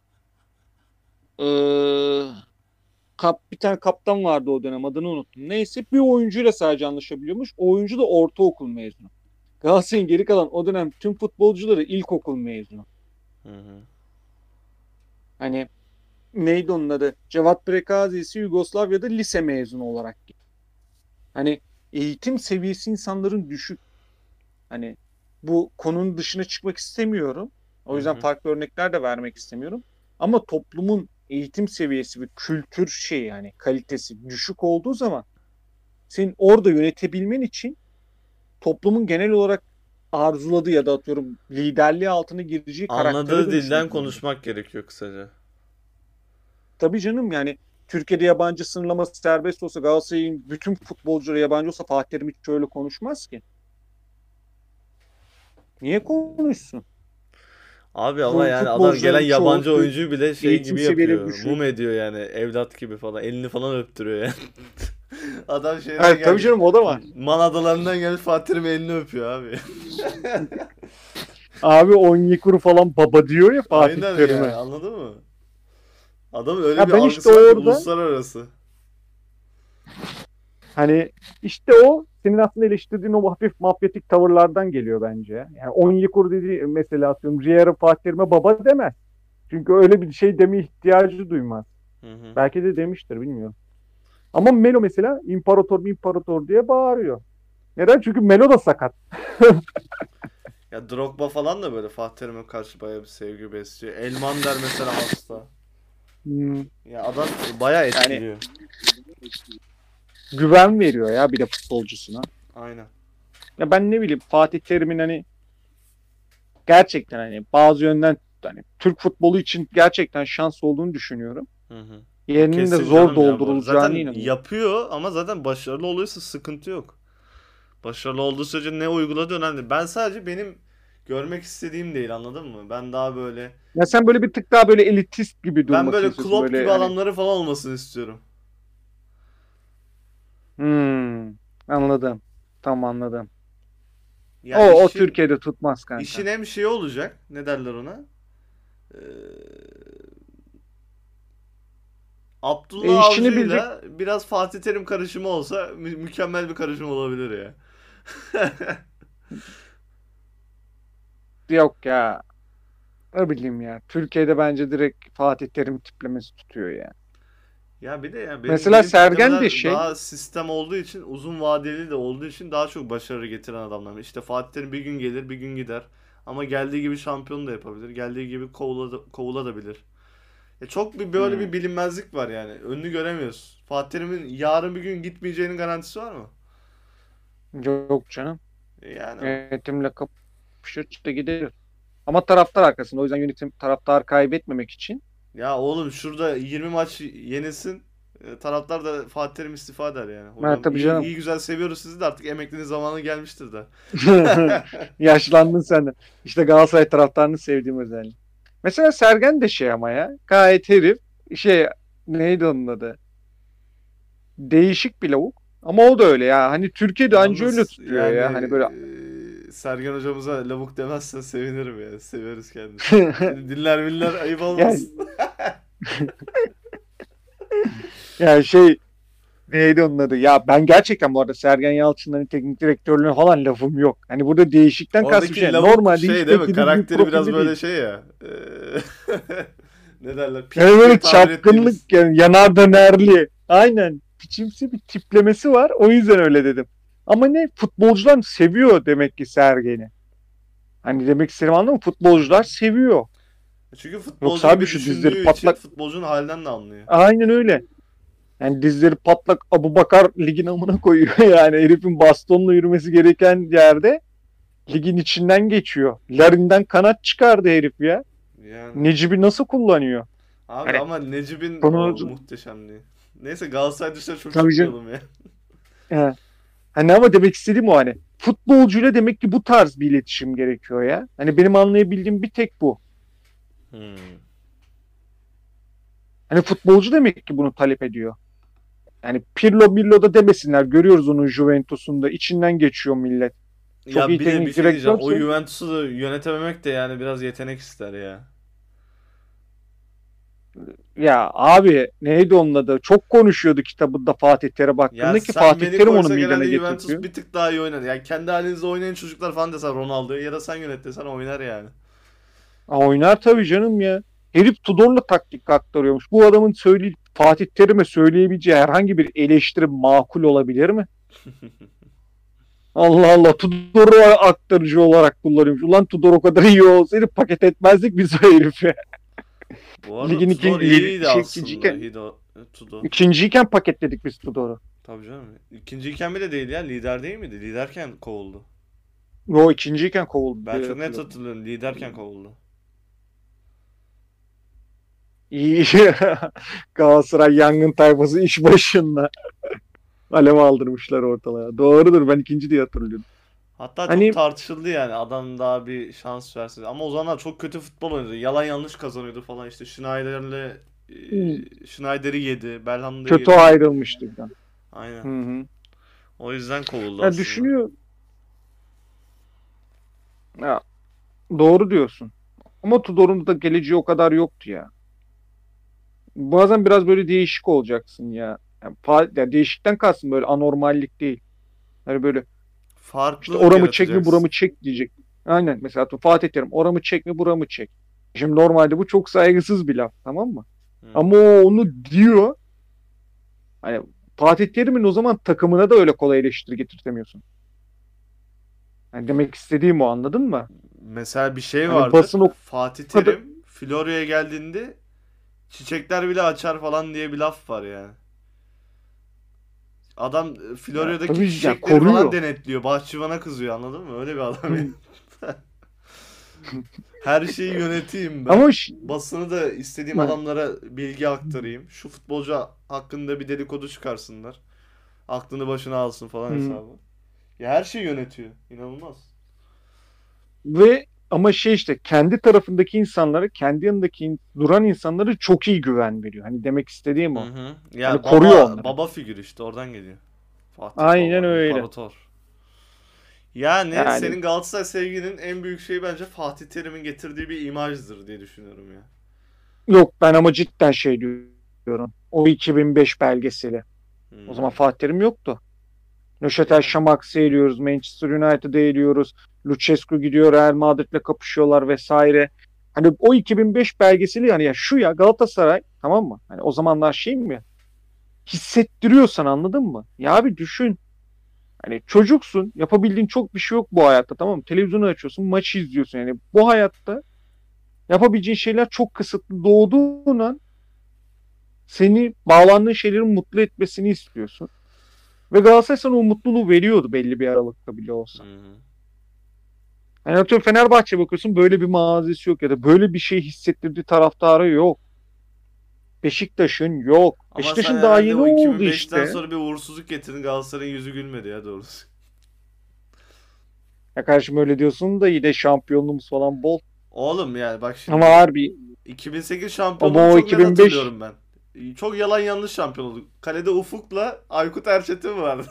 [SPEAKER 2] Ee, kap, bir tane kaptan vardı o dönem adını unuttum. Neyse bir oyuncuyla sadece anlaşabiliyormuş. O oyuncu da ortaokul mezunu. Galatasaray'ın geri kalan o dönem tüm futbolcuları ilkokul mezunu.
[SPEAKER 1] Hı hı.
[SPEAKER 2] Hani neydi onun adı? Cevat Prekazi ise Yugoslavya'da lise mezunu olarak. Hani eğitim seviyesi insanların düşük. Hani bu konunun dışına çıkmak istemiyorum. O
[SPEAKER 1] Hı
[SPEAKER 2] yüzden
[SPEAKER 1] hı.
[SPEAKER 2] farklı örnekler de vermek istemiyorum. Ama toplumun eğitim seviyesi ve kültür şeyi yani kalitesi düşük olduğu zaman senin orada yönetebilmen için toplumun genel olarak arzuladığı ya da atıyorum liderliği altına gireceği karaktere
[SPEAKER 1] Anladığı dilden
[SPEAKER 2] dönüşmek zorunda.
[SPEAKER 1] konuşmak gerekiyor kısaca.
[SPEAKER 2] Tabii canım yani Türkiye'de yabancı sınırlaması serbest olsa Galatasaray'ın bütün futbolcuları yabancı olsa Fatih Terim hiç öyle konuşmaz ki. Niye konuşsun?
[SPEAKER 1] Abi ama
[SPEAKER 2] Bu
[SPEAKER 1] yani adam gelen
[SPEAKER 2] futbolcuların çoğu
[SPEAKER 1] yabancı oyuncuyu bile şey
[SPEAKER 2] eğitim
[SPEAKER 1] gibi
[SPEAKER 2] seviyeleri
[SPEAKER 1] yapıyor.
[SPEAKER 2] düşük.
[SPEAKER 1] Mum ediyor yani, evlat gibi falan. Elini falan öptürüyor yani. Adam şeyden
[SPEAKER 2] Evet tabii
[SPEAKER 1] gelmiş.
[SPEAKER 2] canım o da var.
[SPEAKER 1] Man adalarından gelmiş, Fatih Terim'in elini öpüyor abi.
[SPEAKER 2] Abi Onyekuru falan baba diyor ya Fatih
[SPEAKER 1] Aynen yani,
[SPEAKER 2] Terim'e.
[SPEAKER 1] anladın mı? Adamın öyle
[SPEAKER 2] Ya
[SPEAKER 1] bir
[SPEAKER 2] ben işte
[SPEAKER 1] algısı var ki
[SPEAKER 2] orada
[SPEAKER 1] uluslararası.
[SPEAKER 2] hani işte o senin aslında eleştirdiğin o hafif mafyatik tavırlardan geliyor bence. Yani Onyekuru dediği mesela atıyorum Riera Fatih Terim'e baba demez. Çünkü öyle bir şey deme ihtiyacı duymaz.
[SPEAKER 1] Hı hı.
[SPEAKER 2] Belki de demiştir bilmiyorum. Ama Melo mesela imparator imparator diye bağırıyor. Neden? Çünkü Melo da sakat.
[SPEAKER 1] Ya Drogba falan da böyle Fatih Terim'e karşı bayağı bir sevgi besliyor. Elmander mesela hasta.
[SPEAKER 2] Hmm,
[SPEAKER 1] Ya adam bayağı
[SPEAKER 2] yani
[SPEAKER 1] etkiliyor.
[SPEAKER 2] güven veriyor ya bir de futbolcusuna.
[SPEAKER 1] Aynen.
[SPEAKER 2] Ya ben ne bileyim Fatih Terim'in hani gerçekten hani bazı yönden hani Türk futbolu için gerçekten şans olduğunu düşünüyorum.
[SPEAKER 1] Hı hı. O
[SPEAKER 2] Yerinin de
[SPEAKER 1] kesin
[SPEAKER 2] zor
[SPEAKER 1] canım ya bu arada.
[SPEAKER 2] doldurulacağına
[SPEAKER 1] Zaten
[SPEAKER 2] inanıyorum.
[SPEAKER 1] yapıyor ama zaten başarılı oluyorsa sıkıntı yok. Başarılı olduğu sürece ne uyguladığı önemli. Ben sadece benim görmek istediğim değil, anladın mı? Ben daha böyle
[SPEAKER 2] Ya sen böyle bir tık daha böyle elitist gibi
[SPEAKER 1] ben
[SPEAKER 2] durmasını
[SPEAKER 1] böyle
[SPEAKER 2] istiyorsun
[SPEAKER 1] Klopp
[SPEAKER 2] böyle
[SPEAKER 1] gibi
[SPEAKER 2] hani.
[SPEAKER 1] adamları falan olmasını istiyorum.
[SPEAKER 2] Hmm, anladım. Tam anladım.
[SPEAKER 1] Ya
[SPEAKER 2] O o
[SPEAKER 1] işin
[SPEAKER 2] Türkiye'de tutmaz
[SPEAKER 1] işin
[SPEAKER 2] kanka.
[SPEAKER 1] hem şey olacak. Ne derler ona? Ee,
[SPEAKER 2] E
[SPEAKER 1] Abdullah
[SPEAKER 2] işini bilecek
[SPEAKER 1] Avcı'yla biraz Fatih Terim karışımı olsa mü- mükemmel bir karışım olabilir ya.
[SPEAKER 2] yok ya. Ne bileyim ya. Türkiye'de bence direkt Fatih Terim tiplemesi tutuyor ya.
[SPEAKER 1] Ya bir de ya benim
[SPEAKER 2] Mesela
[SPEAKER 1] benim
[SPEAKER 2] Sergen de
[SPEAKER 1] tiplemeler
[SPEAKER 2] şey.
[SPEAKER 1] daha sistem olduğu için, uzun vadeli de olduğu için daha çok başarı getiren adamlar. İşte Fatih Terim bir gün gelir, bir gün gider. Ama geldiği gibi şampiyon da yapabilir. Geldiği gibi kovula, kovulabilir. Ya çok bir böyle
[SPEAKER 2] Hmm,
[SPEAKER 1] bir bilinmezlik var yani. Önünü göremiyoruz. Fatih Terim'in yarın bir gün gitmeyeceğinin garantisi var mı?
[SPEAKER 2] yok canım.
[SPEAKER 1] E Yani
[SPEAKER 2] Yönetimle kapışır işte gider. Ama taraftar arkasında. O yüzden yönetim taraftar kaybetmemek için.
[SPEAKER 1] ya oğlum şurada yirmi maç yenilsin. e, Taraftar da Fatih Terim istifa eder yani.
[SPEAKER 2] Ha,
[SPEAKER 1] Hocam
[SPEAKER 2] tabii
[SPEAKER 1] iyi,
[SPEAKER 2] canım.
[SPEAKER 1] iyi güzel seviyoruz sizi de artık emekliliğin zamanı gelmiştir de.
[SPEAKER 2] Yaşlandın sen de. İşte Galatasaray taraftarını sevdiğim özellik. Mesela Sergen de şey ama ya. Gayet herif. Şey neydi onun adı? Değişik bir lavuk. Ama o da öyle ya. Hani Türkiye'de anca öyle
[SPEAKER 1] Yalnız
[SPEAKER 2] tutuyor
[SPEAKER 1] yani
[SPEAKER 2] ya. Hani böyle
[SPEAKER 1] e, Sergen hocamıza lavuk demezsen sevinirim ya. Severiz kendisini. Şimdi dinler minler ayıp
[SPEAKER 2] yani,
[SPEAKER 1] olmasın.
[SPEAKER 2] yani şey neydi onun adı? Ya ben gerçekten bu arada Sergen Yalçın'ın hani teknik direktörlüğüne falan lafım yok. Hani burada değişikten kastım
[SPEAKER 1] Oradaki
[SPEAKER 2] şey.
[SPEAKER 1] lavuk
[SPEAKER 2] Normalde
[SPEAKER 1] şey
[SPEAKER 2] hiç
[SPEAKER 1] değil mi?
[SPEAKER 2] beklediğim bir
[SPEAKER 1] Karakteri biraz
[SPEAKER 2] profilde değil.
[SPEAKER 1] böyle şey ya. e, ne derler?
[SPEAKER 2] Yani
[SPEAKER 1] Pislik diye
[SPEAKER 2] böyle
[SPEAKER 1] tabir ettiğimiz.
[SPEAKER 2] çapkınlık yani yanar dönerli. Aynen. biçimsi bir tiplemesi var. O yüzden öyle dedim. Ama ne? Futbolcular seviyor demek ki Sergen'i. Hani demek istediğim anladın mı? Futbolcular seviyor.
[SPEAKER 1] Çünkü
[SPEAKER 2] Yoksa
[SPEAKER 1] futbolcu
[SPEAKER 2] abi
[SPEAKER 1] gibi
[SPEAKER 2] şu dizleri
[SPEAKER 1] düşündüğü için
[SPEAKER 2] patlak.
[SPEAKER 1] futbolcunun halinden de anlıyor.
[SPEAKER 2] Aynen öyle. Yani dizleri patlak Abubakar ligin amına koyuyor yani. Herifin bastonla yürümesi gereken yerde ligin içinden geçiyor. Larin'den kanat çıkardı herif ya.
[SPEAKER 1] Yani
[SPEAKER 2] Necip'i nasıl kullanıyor?
[SPEAKER 1] abi
[SPEAKER 2] Hani
[SPEAKER 1] ama Necip'in
[SPEAKER 2] konu
[SPEAKER 1] o muhteşemliği. Neyse Galatasaray dışında çok
[SPEAKER 2] tabii canım.
[SPEAKER 1] çıkmayalım ya.
[SPEAKER 2] He. Hani ama demek istediğim o hani. Futbolcuyla demek ki bu tarz bir iletişim gerekiyor ya. Hani benim anlayabildiğim bir tek bu.
[SPEAKER 1] Hmm.
[SPEAKER 2] Hani futbolcu demek ki bunu talep ediyor. Yani Pirlo Mirlo da demesinler. Görüyoruz onun Juventus'unda. İçinden geçiyor millet. Çok
[SPEAKER 1] Ya
[SPEAKER 2] iyi
[SPEAKER 1] bir de bir
[SPEAKER 2] teknik
[SPEAKER 1] şey diyeceğim. O
[SPEAKER 2] direktörse.
[SPEAKER 1] Juventus'u da yönetememek de yani biraz yetenek ister ya.
[SPEAKER 2] Ya abi neydi onun adı? Çok konuşuyordu kitabında Fatih Terim
[SPEAKER 1] Ya
[SPEAKER 2] hakkında ki
[SPEAKER 1] sen
[SPEAKER 2] Fatih
[SPEAKER 1] beni
[SPEAKER 2] Terim onu
[SPEAKER 1] koysa
[SPEAKER 2] meydana
[SPEAKER 1] genelde Juventus
[SPEAKER 2] getirtiyor.
[SPEAKER 1] bir tık daha iyi oynar. Yani kendi halinizde oynayan çocuklar falan desen Ronaldo ya da sen yönet desen oynar yani.
[SPEAKER 2] Ha, oynar tabii canım ya. Herif Tudor'la taktik aktarıyormuş. Bu adamın söyleyip Fatih Terim'e söyleyebileceği herhangi bir eleştiri makul olabilir mi? Allah Allah Tudor'u aktarıcı olarak kullanıyormuş. Ulan Tudor o kadar iyi olsaydı paket etmezdik biz o herifi.
[SPEAKER 1] Bu arada
[SPEAKER 2] Ligin
[SPEAKER 1] Tudor
[SPEAKER 2] ikinci,
[SPEAKER 1] iyiydi
[SPEAKER 2] şey,
[SPEAKER 1] aslında.
[SPEAKER 2] ikinciyken,
[SPEAKER 1] Hido, Tudo.
[SPEAKER 2] ikinciyken paketledik biz Tudor'u.
[SPEAKER 1] Tabii canım. İkinciyken bile değil ya. Lider değil miydi? Liderken kovuldu.
[SPEAKER 2] O ikinciyken kovuldu
[SPEAKER 1] Ben
[SPEAKER 2] diye
[SPEAKER 1] çok net
[SPEAKER 2] hatırladım.
[SPEAKER 1] hatırlıyorum. Liderken kovuldu.
[SPEAKER 2] İyi. Galatasaray yangın tayfası iş başında. Alev aldırmışlar ortalığa. Doğrudur ben ikinci diye hatırlıyorum.
[SPEAKER 1] Hatta çok
[SPEAKER 2] Hani
[SPEAKER 1] tartışıldı yani. Adam daha bir şans verse. Ama o zamanlar çok kötü futbol oynadı. Yalan yanlış kazanıyordu falan işte. Schneider'le e, Schneider'i yedi. Belhanda'yı
[SPEAKER 2] kötü
[SPEAKER 1] yedi.
[SPEAKER 2] ayrılmıştı birden.
[SPEAKER 1] Aynen.
[SPEAKER 2] Hı hı.
[SPEAKER 1] O yüzden kovuldu
[SPEAKER 2] Ya
[SPEAKER 1] aslında.
[SPEAKER 2] düşünüyor. Ya, doğru diyorsun. Ama Tudor'un da geleceği o kadar yoktu ya. Bazen biraz böyle değişik olacaksın ya. Yani, fa- ya değişikten kastım böyle anormallik değil. Hani böyle işte
[SPEAKER 1] Farklılık
[SPEAKER 2] oramı çek mi buramı
[SPEAKER 1] yaratacaksın.
[SPEAKER 2] çek diyecek. Aynen mesela Fatih Terim oramı çek mi buramı çek. Şimdi normalde bu çok saygısız bir laf tamam mı?
[SPEAKER 1] Hı
[SPEAKER 2] Ama
[SPEAKER 1] hı.
[SPEAKER 2] o onu diyor. Hani Fatih Terim'in o zaman takımına da öyle kolay eleştiri getirtemiyorsun. Yani demek istediğim o anladın mı?
[SPEAKER 1] Mesela bir şey
[SPEAKER 2] Hani
[SPEAKER 1] vardır.
[SPEAKER 2] basın o
[SPEAKER 1] Fatih
[SPEAKER 2] kadar
[SPEAKER 1] Terim Florya'ya geldiğinde çiçekler bile açar falan diye bir laf var yani. Adam e,
[SPEAKER 2] ya,
[SPEAKER 1] Florya'daki
[SPEAKER 2] tabii ya
[SPEAKER 1] çiçekleri falan
[SPEAKER 2] koruyor.
[SPEAKER 1] denetliyor. Bahçıvana kızıyor anladın mı? Öyle bir adam ya.
[SPEAKER 2] Hı.
[SPEAKER 1] Her şeyi yöneteyim ben.
[SPEAKER 2] Ama ş-
[SPEAKER 1] Basını da istediğim adamlara bilgi aktarayım. Şu futbolcu hakkında bir dedikodu çıkarsınlar. Aklını başına alsın falan
[SPEAKER 2] Hı.
[SPEAKER 1] hesabı. Ya her şeyi yönetiyor. İnanılmaz.
[SPEAKER 2] Ve ama şey işte kendi tarafındaki insanlara, kendi yanındaki in- duran insanlara çok iyi güven veriyor. Hani demek istediğim
[SPEAKER 1] Hı
[SPEAKER 2] o.
[SPEAKER 1] hı.
[SPEAKER 2] Hani
[SPEAKER 1] Ya
[SPEAKER 2] koruyor
[SPEAKER 1] baba
[SPEAKER 2] onları.
[SPEAKER 1] baba figürü işte oradan geliyor. Fatih
[SPEAKER 2] Aynen
[SPEAKER 1] Baba,
[SPEAKER 2] öyle.
[SPEAKER 1] imparator. Yani
[SPEAKER 2] Yani
[SPEAKER 1] senin Galatasaray sevginin en büyük şeyi bence Fatih Terim'in getirdiği bir imajdır diye düşünüyorum ya.
[SPEAKER 2] yok ben ama cidden şey diyorum. O iki bin beş belgeseli. O zaman
[SPEAKER 1] Hmm.
[SPEAKER 2] Fatih Terim yoktu. Nöşetel
[SPEAKER 1] Yani.
[SPEAKER 2] Şamaks'ı eliyoruz. Manchester United'ı eliyoruz. Lucescu gidiyor Real Madrid'le kapışıyorlar vesaire. Hani o iki bin beş belgeseli yani ya şu ya Galatasaray tamam mı? Hani o zamanlar şey mi? Hissettiriyorsan anladın mı? Ya abi düşün. Hani çocuksun. Yapabildiğin çok bir şey yok bu hayatta tamam mı? Televizyonu açıyorsun, maçı izliyorsun. Yani bu hayatta yapabileceğin şeyler çok kısıtlı. Doğduğun an seni bağlandığın şeylerin mutlu etmesini istiyorsun. Ve Galatasaray sana o mutluluğu veriyordu belli bir aralıkta bile olsa.
[SPEAKER 1] Hı hı.
[SPEAKER 2] Yani atıyorum Fenerbahçe bakıyorsun böyle bir mazisi yok ya da böyle bir şey hissettirdiği taraftarı yok. Beşiktaş'ın yok.
[SPEAKER 1] Ama sen
[SPEAKER 2] Beşiktaş'ın daha
[SPEAKER 1] herhalde
[SPEAKER 2] yeni
[SPEAKER 1] o
[SPEAKER 2] oldu
[SPEAKER 1] iki bin beşten
[SPEAKER 2] işte.
[SPEAKER 1] sonra bir uğursuzluk getirdin Galatasaray'ın yüzü gülmedi ya doğrusu.
[SPEAKER 2] Ya kardeşim öyle diyorsun da yine şampiyonluğumuz falan bol.
[SPEAKER 1] Oğlum yani bak
[SPEAKER 2] Ama
[SPEAKER 1] şimdi
[SPEAKER 2] harbi
[SPEAKER 1] iki bin sekiz
[SPEAKER 2] ama
[SPEAKER 1] şampiyonluğunu
[SPEAKER 2] o
[SPEAKER 1] çok net
[SPEAKER 2] iki bin beş
[SPEAKER 1] hatırlıyorum ben. Çok yalan yanlış şampiyon olduk. Kalede Ufuk'la Aykut Erçetin vardı.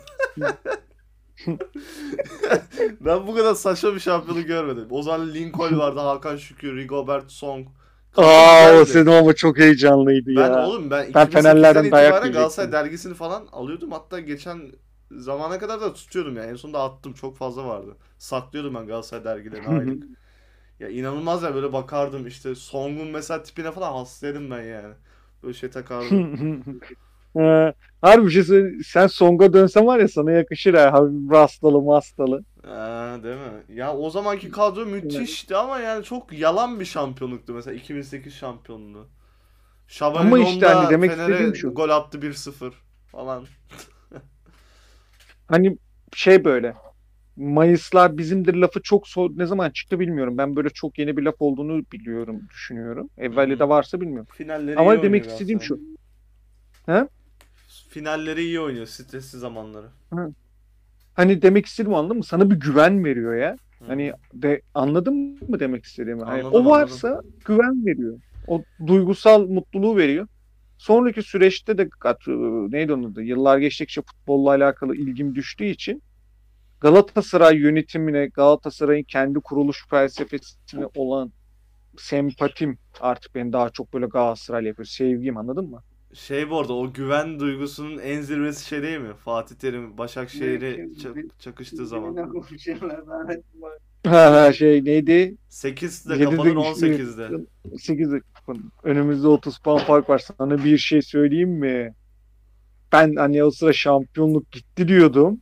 [SPEAKER 1] Ben bu kadar saçma bir şampiyonu görmedim. O zaman Lincoln vardı, Hakan Şükür, Rigobert Song. Kadro
[SPEAKER 2] Aa o
[SPEAKER 1] güzeldi.
[SPEAKER 2] sezon ama çok heyecanlıydı
[SPEAKER 1] Ben
[SPEAKER 2] ya.
[SPEAKER 1] oğlum ben
[SPEAKER 2] Ben
[SPEAKER 1] iki bin sekizden
[SPEAKER 2] Fenerlerden dayak
[SPEAKER 1] itibaren Galatasaray
[SPEAKER 2] yiyecektim.
[SPEAKER 1] dergisini falan alıyordum. Hatta geçen zamana kadar da tutuyordum yani. En sonunda attım. Çok fazla vardı. Saklıyordum ben Galatasaray dergilerine aylık. Ya inanılmaz ya böyle bakardım işte Song'un mesela tipine falan hastaydım ben yani. Böyle şey takardım.
[SPEAKER 2] Ee, Harbi bir şey söyleyeyim. Sen Song'a dönsen var ya sana yakışır ha. Hafif rastalı mastalı.
[SPEAKER 1] Aa, değil mi? Ya o zamanki kadro müthişti ama yani çok yalan bir şampiyonluktu mesela iki bin sekiz şampiyonluğu.
[SPEAKER 2] Ama işte hani
[SPEAKER 1] Şabalilon'da
[SPEAKER 2] demek
[SPEAKER 1] Fener'e
[SPEAKER 2] istediğim şu.
[SPEAKER 1] gol attı bir sıfır falan.
[SPEAKER 2] Hani şey böyle. Mayıslar bizimdir lafı çok so ne zaman çıktı bilmiyorum. Ben böyle çok yeni bir laf olduğunu biliyorum, düşünüyorum.
[SPEAKER 1] Hı
[SPEAKER 2] Evveli
[SPEAKER 1] hı.
[SPEAKER 2] de varsa bilmiyorum.
[SPEAKER 1] Finalleri iyi
[SPEAKER 2] Ama demek
[SPEAKER 1] oynuyor
[SPEAKER 2] istediğim
[SPEAKER 1] Galatasaray.
[SPEAKER 2] şu. He?
[SPEAKER 1] Finalleri iyi oynuyor stresli zamanları.
[SPEAKER 2] Hı. Hani demek istediğim anladın mı? Sana bir güven veriyor ya.
[SPEAKER 1] Hı hı.
[SPEAKER 2] Hani de anladın mı demek istediğimi? Hani
[SPEAKER 1] Anladım
[SPEAKER 2] o
[SPEAKER 1] anladım.
[SPEAKER 2] varsa güven veriyor. O duygusal mutluluğu veriyor. Sonraki süreçte de kat- neydi onun adı? Yıllar geçtikçe futbolla alakalı ilgim düştüğü için Galatasaray yönetimine, Galatasaray'ın kendi kuruluş felsefesine olan sempatim artık beni daha çok böyle Galatasaray yapıyor. Sevgim anladın mı?
[SPEAKER 1] Şey bu arada o güven duygusunun en zirvesi şey değil mi? Fatih Terim Başakşehir'i çak- çakıştığı zaman.
[SPEAKER 2] Ha, ha şey neydi?
[SPEAKER 1] sekizde kapanır
[SPEAKER 2] yedide
[SPEAKER 1] on sekizde.
[SPEAKER 2] sekizde önümüzde otuz puan fark var. Sana bir şey söyleyeyim mi? Ben hani o sıra şampiyonluk gitti diyordum.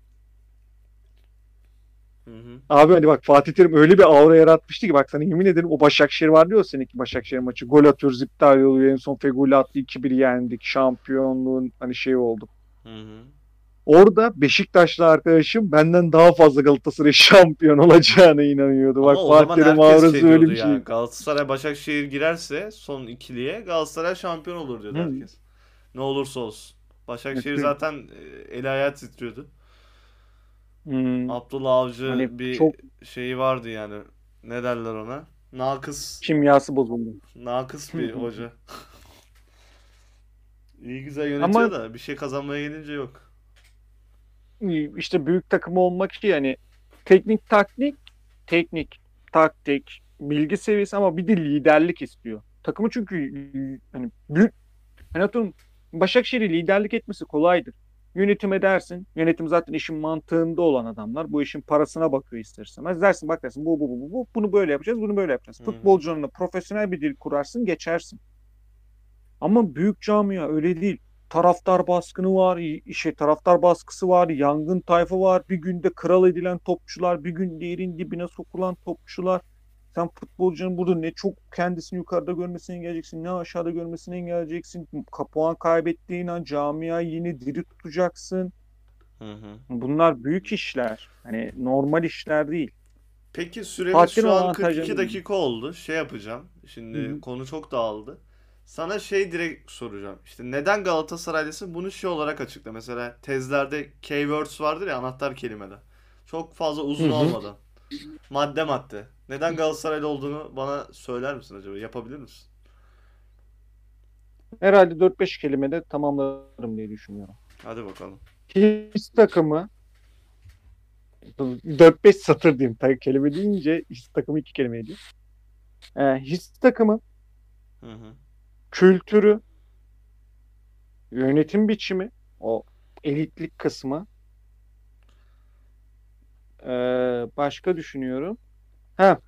[SPEAKER 1] Hı hı.
[SPEAKER 2] Abi hani bak Fatih Terim öyle bir aura yaratmıştı ki bak sana yemin ederim o Başakşehir vardı ya o seneki Başakşehir maçı. Gol atıyoruz iptal oluyor. En son Feguli attı iki bir yendik. Şampiyonluğun hani şey oldu.
[SPEAKER 1] Hı hı.
[SPEAKER 2] Orada Beşiktaşlı arkadaşım benden daha fazla Galatasaray şampiyon olacağına inanıyordu.
[SPEAKER 1] Ama
[SPEAKER 2] Bak
[SPEAKER 1] o
[SPEAKER 2] Fatih
[SPEAKER 1] zaman
[SPEAKER 2] Terim
[SPEAKER 1] herkes
[SPEAKER 2] aurası
[SPEAKER 1] şey
[SPEAKER 2] öyle
[SPEAKER 1] diyordu
[SPEAKER 2] bir
[SPEAKER 1] ya.
[SPEAKER 2] şey.
[SPEAKER 1] Galatasaray Başakşehir girerse son ikiliye Galatasaray şampiyon olur diyordu
[SPEAKER 2] Hı.
[SPEAKER 1] herkes. Ne olursa olsun.
[SPEAKER 2] Evet,
[SPEAKER 1] Başakşehir
[SPEAKER 2] Tür-
[SPEAKER 1] zaten e, eli ayağı titriyordu.
[SPEAKER 2] Hmm,
[SPEAKER 1] Abdullah Avcı
[SPEAKER 2] hani
[SPEAKER 1] bir
[SPEAKER 2] çok
[SPEAKER 1] şeyi vardı yani. Ne derler ona? Nakıs
[SPEAKER 2] kimyası bozuldu.
[SPEAKER 1] nakıs bir hoca. İyi güzel yönetiyor
[SPEAKER 2] Ama
[SPEAKER 1] da bir şey kazanmaya gelince yok.
[SPEAKER 2] işte büyük takım olmak için yani teknik taktik, teknik taktik, bilgi seviyesi ama bir de liderlik istiyor. Takımı çünkü hani büyük hani atıyorum Başakşehir'in liderlik etmesi kolaydır. Yönetim edersin. Yönetim zaten işin mantığında olan adamlar. Bu işin parasına bakıyor ister istemez. Dersin bak dersin bu bu bu bu bu bunu böyle yapacağız bunu böyle yapacağız.
[SPEAKER 1] Hı hı.
[SPEAKER 2] Futbolcularına profesyonel bir dil kurarsın geçersin. Ama büyük camia öyle değil. Taraftar baskını var, işe taraftar baskısı var, yangın tayfa var. Bir günde kral edilen topçular, bir gün yerin dibine sokulan topçular. Sen futbolcunun burada ne çok kendisini yukarıda görmesini engelleyeceksin, ne aşağıda görmesini engelleyeceksin. Puan kaybettiğin an camiayı yine diri tutacaksın.
[SPEAKER 1] Hı hı.
[SPEAKER 2] Bunlar büyük işler. Hani normal işler değil.
[SPEAKER 1] Peki süremiz
[SPEAKER 2] Fatih'in
[SPEAKER 1] şu an
[SPEAKER 2] avantajları.
[SPEAKER 1] kırk iki dakika oldu. Şey yapacağım.
[SPEAKER 2] Hı
[SPEAKER 1] Şimdi
[SPEAKER 2] hı.
[SPEAKER 1] konu çok dağıldı. Sana şey direkt soracağım. İşte neden Galatasaraylısın? Bunu şey olarak açıkla. Mesela tezlerde keywords vardır ya anahtar kelimeler. Çok fazla
[SPEAKER 2] Hı
[SPEAKER 1] uzun
[SPEAKER 2] hı.
[SPEAKER 1] olmadan. Madde madde. Neden Galatasaraylı olduğunu bana söyler misin acaba? Yapabilir misin?
[SPEAKER 2] Herhalde dört beş kelimede tamamlarım diye düşünüyorum.
[SPEAKER 1] Hadi bakalım.
[SPEAKER 2] His takımı dört beş satır diyeyim. Tabii kelime deyince his takımı iki kelimeydi. Ee, his takımı,
[SPEAKER 1] Hı hı.
[SPEAKER 2] kültürü, yönetim biçimi, o elitlik kısmı. Ee, başka düşünüyorum. Ha,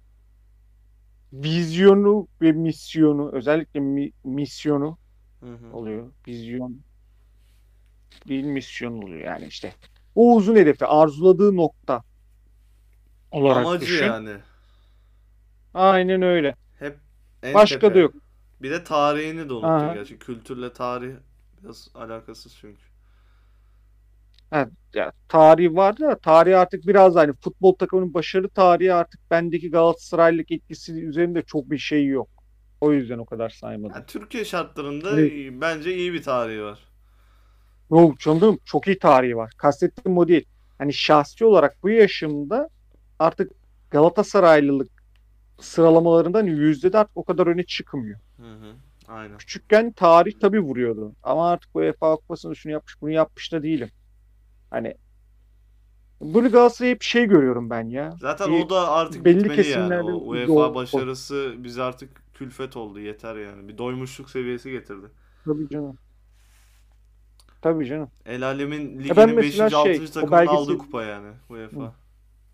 [SPEAKER 2] vizyonu ve misyonu, özellikle mi- misyonu
[SPEAKER 1] Hı hı.
[SPEAKER 2] oluyor. Vizyon değil misyon oluyor yani işte. O uzun hedefi, arzuladığı nokta olarak
[SPEAKER 1] Amacı
[SPEAKER 2] düşün.
[SPEAKER 1] yani.
[SPEAKER 2] Aynen öyle.
[SPEAKER 1] Hep en
[SPEAKER 2] Başka da
[SPEAKER 1] tepe.
[SPEAKER 2] yok.
[SPEAKER 1] Bir de tarihini de unuttun
[SPEAKER 2] Aha.
[SPEAKER 1] gerçi. Kültürle tarih biraz alakasız çünkü.
[SPEAKER 2] Ha, ya, tarihi vardı da tarihi artık biraz da hani futbol takımının başarı tarihi artık bendeki Galatasaraylık etkisi üzerinde çok bir şey yok. O yüzden o kadar saymadım.
[SPEAKER 1] Yani Türkiye şartlarında
[SPEAKER 2] Hani
[SPEAKER 1] bence iyi bir tarihi var.
[SPEAKER 2] yok canım çok iyi tarihi var. Kastettiğim o değil. Hani şahsi olarak bu yaşımda artık Galatasaraylılık sıralamalarından yüzde de artık o kadar öne çıkmıyor.
[SPEAKER 1] Hı hı. Aynen.
[SPEAKER 2] Küçükken tarih tabii vuruyordu. Ama artık bu UEFA Kupası'nda şunu yapmış bunu yapmış da değilim. Hani böyle Galatasaray'ı hep şey görüyorum ben ya.
[SPEAKER 1] Zaten
[SPEAKER 2] Bir
[SPEAKER 1] o da artık
[SPEAKER 2] belli
[SPEAKER 1] bitmeli yani.
[SPEAKER 2] kesimlerde
[SPEAKER 1] O UEFA
[SPEAKER 2] zor.
[SPEAKER 1] başarısı bize artık külfet oldu. Yeter yani. Bir doymuşluk seviyesi getirdi.
[SPEAKER 2] Tabii canım. Tabii canım.
[SPEAKER 1] El Alem'in
[SPEAKER 2] Ya ben
[SPEAKER 1] liginin
[SPEAKER 2] mesela
[SPEAKER 1] beşinci
[SPEAKER 2] şey
[SPEAKER 1] altıncı
[SPEAKER 2] o
[SPEAKER 1] takımının aldığı
[SPEAKER 2] belgesel
[SPEAKER 1] kupa yani
[SPEAKER 2] Hı,
[SPEAKER 1] UEFA.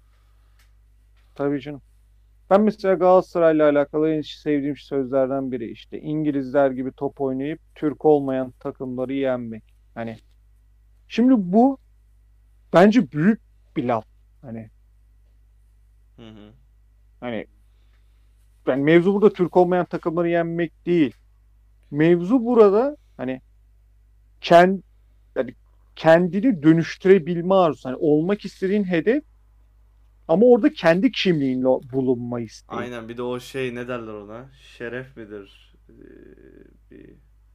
[SPEAKER 2] tabii canım. Ben mesela Galatasaray'la alakalı en sevdiğim sözlerden biri işte İngilizler gibi top oynayıp Türk olmayan takımları yenmek. Hani şimdi bu bence büyük bir laf. Hani
[SPEAKER 1] Hı hı.
[SPEAKER 2] hani yani mevzu burada Türk olmayan takımları yenmek değil. Mevzu burada hani kend, yani kendini dönüştürebilme arzusu. Hani olmak istediğin hedef ama orada kendi kimliğinle bulunma isteği.
[SPEAKER 1] Aynen, bir de o şey, ne derler ona? Şeref midir? Ee, bir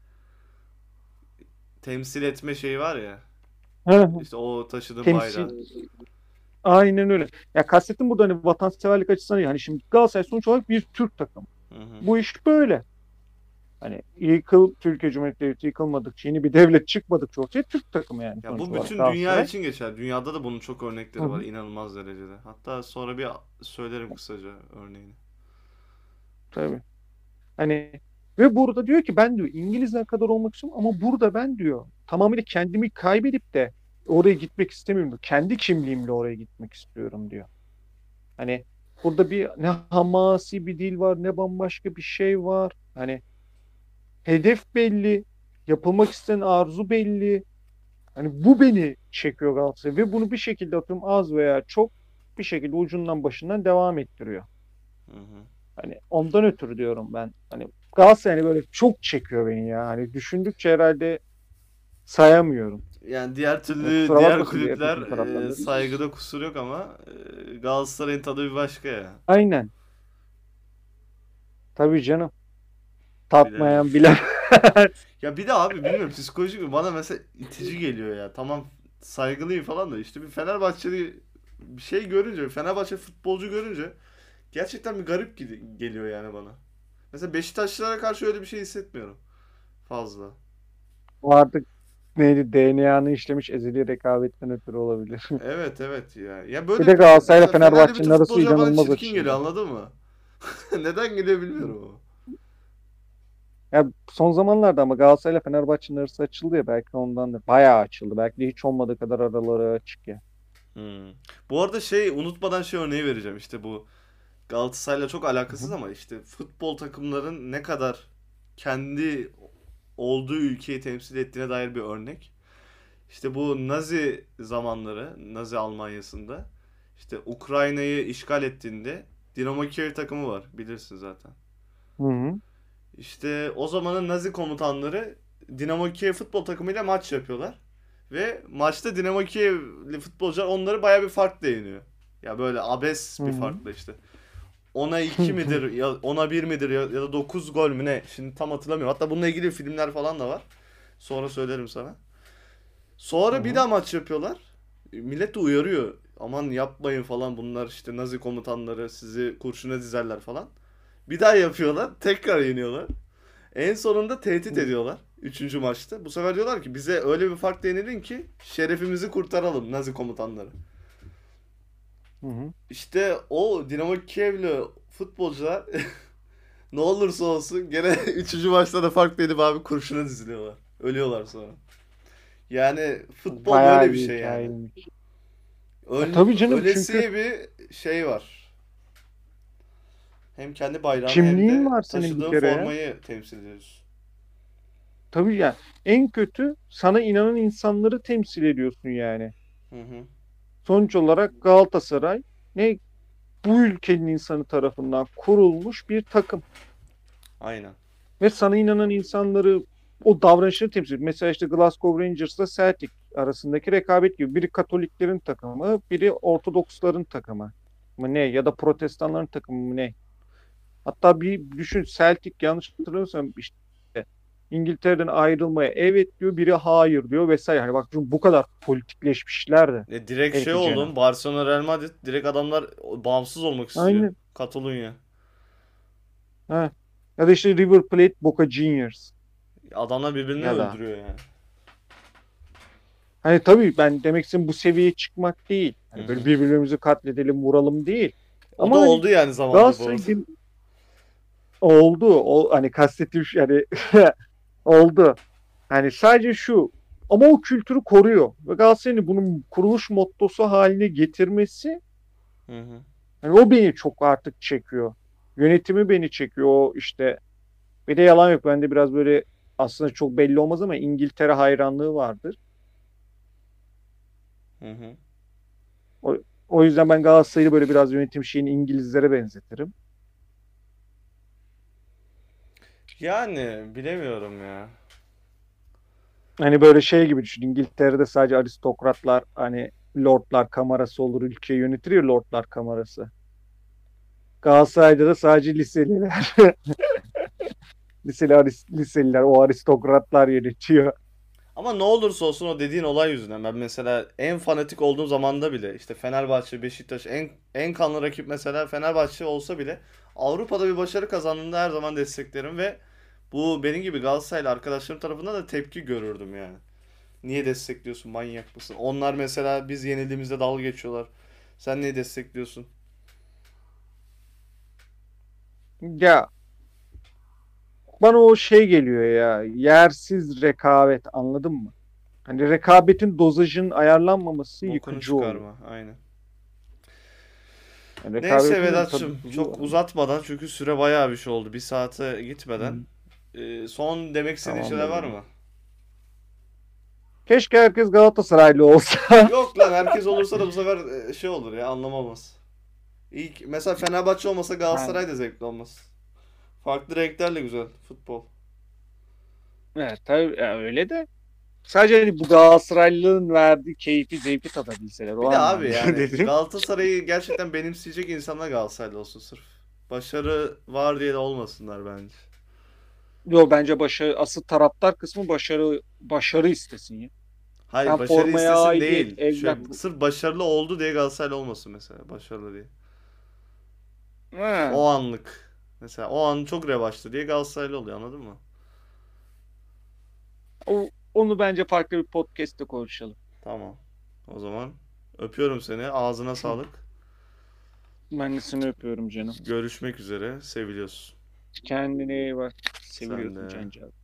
[SPEAKER 1] temsil etme şeyi var ya.
[SPEAKER 2] Hı hı.
[SPEAKER 1] İşte o taşıdığın
[SPEAKER 2] Temsil.
[SPEAKER 1] bayrağı.
[SPEAKER 2] Aynen öyle. Ya kastettim burada hani vatanseverlik açısından değil. Hani şimdi Galatasaray sonuç olarak bir Türk takımı.
[SPEAKER 1] Hı hı.
[SPEAKER 2] Bu iş böyle. Hani yıkıl Türkiye Cumhuriyeti Devleti yıkılmadıkça yeni bir devlet çıkmadıkça ortaya Türk takımı yani
[SPEAKER 1] Ya
[SPEAKER 2] sonuç
[SPEAKER 1] bu
[SPEAKER 2] olarak
[SPEAKER 1] bütün dünya
[SPEAKER 2] Galatasaray.
[SPEAKER 1] için geçer. Dünyada da bunun çok
[SPEAKER 2] Hı
[SPEAKER 1] örnekleri var,
[SPEAKER 2] hı.
[SPEAKER 1] inanılmaz derecede. Hatta sonra bir söylerim kısaca örneğini.
[SPEAKER 2] Tabii. Hani ve burada diyor ki ben diyor İngilizler kadar olmak istiyorum ama burada ben diyor tamamıyla kendimi kaybedip de oraya gitmek istemiyorum diyor. Kendi kimliğimle oraya gitmek istiyorum diyor. Hani burada bir ne hamasi bir dil var ne bambaşka bir şey var. Hani hedef belli, yapılmak istenen arzu belli. Hani bu beni çekiyor Galatasaray ve bunu bir şekilde atıyorum az veya çok bir şekilde ucundan başından devam ettiriyor.
[SPEAKER 1] Hı hı.
[SPEAKER 2] Hani ondan ötürü diyorum ben. Hani Galatasaray hani böyle çok çekiyor beni ya. Hani düşündükçe herhalde sayamıyorum.
[SPEAKER 1] Yani diğer
[SPEAKER 2] Yani
[SPEAKER 1] türlü
[SPEAKER 2] kusura
[SPEAKER 1] diğer
[SPEAKER 2] bakmasın diye
[SPEAKER 1] kulüpler
[SPEAKER 2] bütün
[SPEAKER 1] e,
[SPEAKER 2] taraftarları.
[SPEAKER 1] saygıda kusur yok ama e, Galatasaray'ın tadı bir başka ya.
[SPEAKER 2] Aynen. Tabii canım.
[SPEAKER 1] Bilemiyorum.
[SPEAKER 2] Tatmayan bilen.
[SPEAKER 1] Ya bir de abi bilmiyorum, psikolojik mi, bana mesela itici geliyor ya. Tamam, saygılıyım falan da işte bir Fenerbahçeli bir şey görünce, bir Fenerbahçe futbolcu görünce gerçekten bir garip gidi- geliyor yani bana. Mesela Beşiktaşlılara karşı öyle bir şey hissetmiyorum fazla.
[SPEAKER 2] O artık neydi D N A'nı işlemiş ezeli rekabetten ötürü olabilir.
[SPEAKER 1] Evet, evet ya. Ya
[SPEAKER 2] Bir de
[SPEAKER 1] böyle
[SPEAKER 2] Galatasaray'la
[SPEAKER 1] mesela Fenerli
[SPEAKER 2] Fenerbahçe'nin
[SPEAKER 1] bütün
[SPEAKER 2] arası
[SPEAKER 1] futbolcular bana
[SPEAKER 2] inanılmaz
[SPEAKER 1] çirkin geliyor,
[SPEAKER 2] açıldı.
[SPEAKER 1] anladın mı? Neden geliyor bilmiyorum ama.
[SPEAKER 2] Ya son zamanlarda ama Galatasaray'la Fenerbahçe'nin arası açıldı ya belki ondandır. Bayağı açıldı. Belki de hiç olmadığı kadar araları açık ya.
[SPEAKER 1] Hmm. Bu arada şey, unutmadan şey örneği vereceğim, işte bu Galatasaray'la çok
[SPEAKER 2] Hı
[SPEAKER 1] alakasız
[SPEAKER 2] hı.
[SPEAKER 1] ama işte futbol takımların ne kadar kendi olduğu ülkeyi temsil ettiğine dair bir örnek. İşte bu Nazi zamanları, Nazi Almanya'sında işte Ukrayna'yı işgal ettiğinde Dinamo Kiev takımı var, bilirsin zaten.
[SPEAKER 2] Hı hı.
[SPEAKER 1] İşte o zamanın Nazi komutanları Dinamo Kiev futbol takımıyla maç yapıyorlar. Ve maçta Dinamo Kiev'li futbolcular onları baya bir farkla yeniyor. Ya böyle abes
[SPEAKER 2] Hı
[SPEAKER 1] bir
[SPEAKER 2] hı.
[SPEAKER 1] farkla işte. Ona iki midir ya ona bir midir ya, ya da dokuz gol mü ne? Şimdi tam hatırlamıyorum. Hatta bununla ilgili filmler falan da var. Sonra söylerim sana.
[SPEAKER 2] Hı
[SPEAKER 1] Sonra bir
[SPEAKER 2] hı.
[SPEAKER 1] daha maç yapıyorlar. Millet de uyarıyor. Aman yapmayın falan, bunlar işte Nazi komutanları, sizi kurşuna dizerler falan. Bir daha yapıyorlar. Tekrar yeniyorlar. En sonunda tehdit
[SPEAKER 2] Hı
[SPEAKER 1] ediyorlar. Üçüncü maçta. Bu sefer diyorlar ki bize öyle bir fark denilin ki şerefimizi kurtaralım, Nazi komutanları.
[SPEAKER 2] hı.
[SPEAKER 1] İşte o Dinamo Kiev'li futbolcular ne olursa olsun gene üçüncü maçta da fark denip abi kurşuna diziliyorlar. Ölüyorlar sonra. Yani futbol böyle
[SPEAKER 2] Bayağı
[SPEAKER 1] bir
[SPEAKER 2] bir
[SPEAKER 1] şey yani.
[SPEAKER 2] hikayeymiş. Ya
[SPEAKER 1] Öl,
[SPEAKER 2] tabii canım çünkü
[SPEAKER 1] ölesiye bir şey var. Hem kendi bayrağını hem
[SPEAKER 2] kimliğin
[SPEAKER 1] de
[SPEAKER 2] var senin bir
[SPEAKER 1] taşıdığın
[SPEAKER 2] kere ya.
[SPEAKER 1] formayı temsil ediyorsun.
[SPEAKER 2] Tabii ya. En kötü sana inanan insanları temsil ediyorsun yani.
[SPEAKER 1] Hı hı.
[SPEAKER 2] Sonuç olarak Galatasaray ne bu ülkenin insanı tarafından kurulmuş bir takım.
[SPEAKER 1] Aynen.
[SPEAKER 2] Ve sana inanan insanları o davranışları temsil ediyor. Mesela işte Glasgow Rangers'la Celtic arasındaki rekabet gibi. Biri Katoliklerin takımı, biri Ortodoksların takımı mı ne? Ya da Protestanların takımı mı ne? Hatta bir düşün Celtic yanlış hatırlamıyorsam işte İngiltere'den ayrılmaya evet diyor, biri hayır diyor vesaire. Hani bak bu kadar politikleşmişler de
[SPEAKER 1] E, direkt şey
[SPEAKER 2] Eriklicene.
[SPEAKER 1] oğlum, Barcelona Real Madrid direkt adamlar bağımsız olmak istiyor.
[SPEAKER 2] Aynen.
[SPEAKER 1] Katalunya.
[SPEAKER 2] Ha. Ya da işte River Plate Boca Juniors
[SPEAKER 1] Adamlar birbirini
[SPEAKER 2] ya da
[SPEAKER 1] öldürüyor yani.
[SPEAKER 2] hani tabii ben demek istediğim bu seviyeye çıkmak değil.
[SPEAKER 1] Hı
[SPEAKER 2] Hani böyle
[SPEAKER 1] hı.
[SPEAKER 2] birbirimizi katledelim, vuralım değil.
[SPEAKER 1] O da
[SPEAKER 2] Ama hani
[SPEAKER 1] oldu yani zamanında bu arada.
[SPEAKER 2] Galatasaray gibi oldu. O hani kastettiğim şu- yani oldu. Hani sadece şu ama o kültürü koruyor. Ve Galatasaray'ın bunun kuruluş mottosu haline getirmesi
[SPEAKER 1] Hı hı.
[SPEAKER 2] hani o beni çok artık çekiyor. Yönetimi beni çekiyor. O işte bir de yalan yok. Ben de biraz böyle aslında çok belli olmaz ama İngiltere hayranlığı vardır.
[SPEAKER 1] Hı hı.
[SPEAKER 2] O, o yüzden ben Galatasaray'ı böyle biraz yönetim şeyini İngilizlere benzetirim.
[SPEAKER 1] Yani bilemiyorum ya.
[SPEAKER 2] Hani böyle şey gibi düşün. İngiltere'de sadece aristokratlar hani Lordlar Kamerası olur, ülkeyi yönetir ya Lordlar Kamerası. Galatasaray'da da sadece liseliler. Liseli, aris- liseliler, o aristokratlar yönetiyor.
[SPEAKER 1] Ama ne olursa olsun o dediğin olay yüzünden ben mesela en fanatik olduğum zamanda bile işte Fenerbahçe, Beşiktaş en en kanlı rakip mesela Fenerbahçe olsa bile Avrupa'da bir başarı kazandığında her zaman desteklerim ve bu benim gibi Galatasaraylı arkadaşlarım tarafından da tepki görürdüm yani. Niye destekliyorsun? Manyak mısın? Onlar mesela biz yenildiğimizde dalga geçiyorlar. Sen niye destekliyorsun?
[SPEAKER 2] Ya bana o şey geliyor ya. Yersiz rekabet, anladın mı? Hani rekabetin dozajının ayarlanmaması
[SPEAKER 1] Bokunu
[SPEAKER 2] yıkıcı oluyor.
[SPEAKER 1] çıkarma. Aynen.
[SPEAKER 2] Yani
[SPEAKER 1] Neyse
[SPEAKER 2] rekabetin de
[SPEAKER 1] Vedat'cığım
[SPEAKER 2] tabii tuzu
[SPEAKER 1] çok
[SPEAKER 2] var.
[SPEAKER 1] uzatmadan çünkü süre bayağı bir şey oldu. Bir saate gitmeden.
[SPEAKER 2] Hı,
[SPEAKER 1] Ee, son demek istediğin şeyler
[SPEAKER 2] tamamdır
[SPEAKER 1] var
[SPEAKER 2] canım.
[SPEAKER 1] mı?
[SPEAKER 2] Keşke herkes Galatasaraylı olsa.
[SPEAKER 1] Yok lan herkes olursa da bu sefer e, şey olur ya anlamamaz. İlk mesela Fenerbahçe olmasa
[SPEAKER 2] Yani,
[SPEAKER 1] Galatasaray da zevkli olmaz. Farklı renklerle güzel futbol.
[SPEAKER 2] evet tabii ya öyle de. Sadece hani bu Galatasaraylılığın verdiği keyfi, zevki tadabilseler o
[SPEAKER 1] Bir de abi
[SPEAKER 2] anlamda
[SPEAKER 1] yani
[SPEAKER 2] dedim.
[SPEAKER 1] Galatasaray'ı gerçekten benimseyecek insanlar Galatasaraylı olsun sırf. Başarı var diye de olmasınlar bence.
[SPEAKER 2] Yo bence başarı, asıl taraftar kısmı başarı başarı istesin ya.
[SPEAKER 1] Hayır
[SPEAKER 2] Sen
[SPEAKER 1] başarı
[SPEAKER 2] formaya
[SPEAKER 1] istesin
[SPEAKER 2] aidiyet,
[SPEAKER 1] değil. Şey,
[SPEAKER 2] evlat bu.
[SPEAKER 1] sırf başarılı oldu diye Galatasaraylı olmasın mesela. Başarılı diye.
[SPEAKER 2] Ha,
[SPEAKER 1] O anlık. Mesela o an çok revaçtı diye Galatasaraylı oluyor anladın mı?
[SPEAKER 2] o, onu bence farklı bir podcast'te konuşalım.
[SPEAKER 1] Tamam. O zaman öpüyorum seni. Ağzına sağlık.
[SPEAKER 2] Ben de seni öpüyorum canım.
[SPEAKER 1] Görüşmek üzere. Seviliyorsun.
[SPEAKER 2] Kendine iyi bak.
[SPEAKER 1] Sen
[SPEAKER 2] Seviyorsun
[SPEAKER 1] de.
[SPEAKER 2] Cancığım.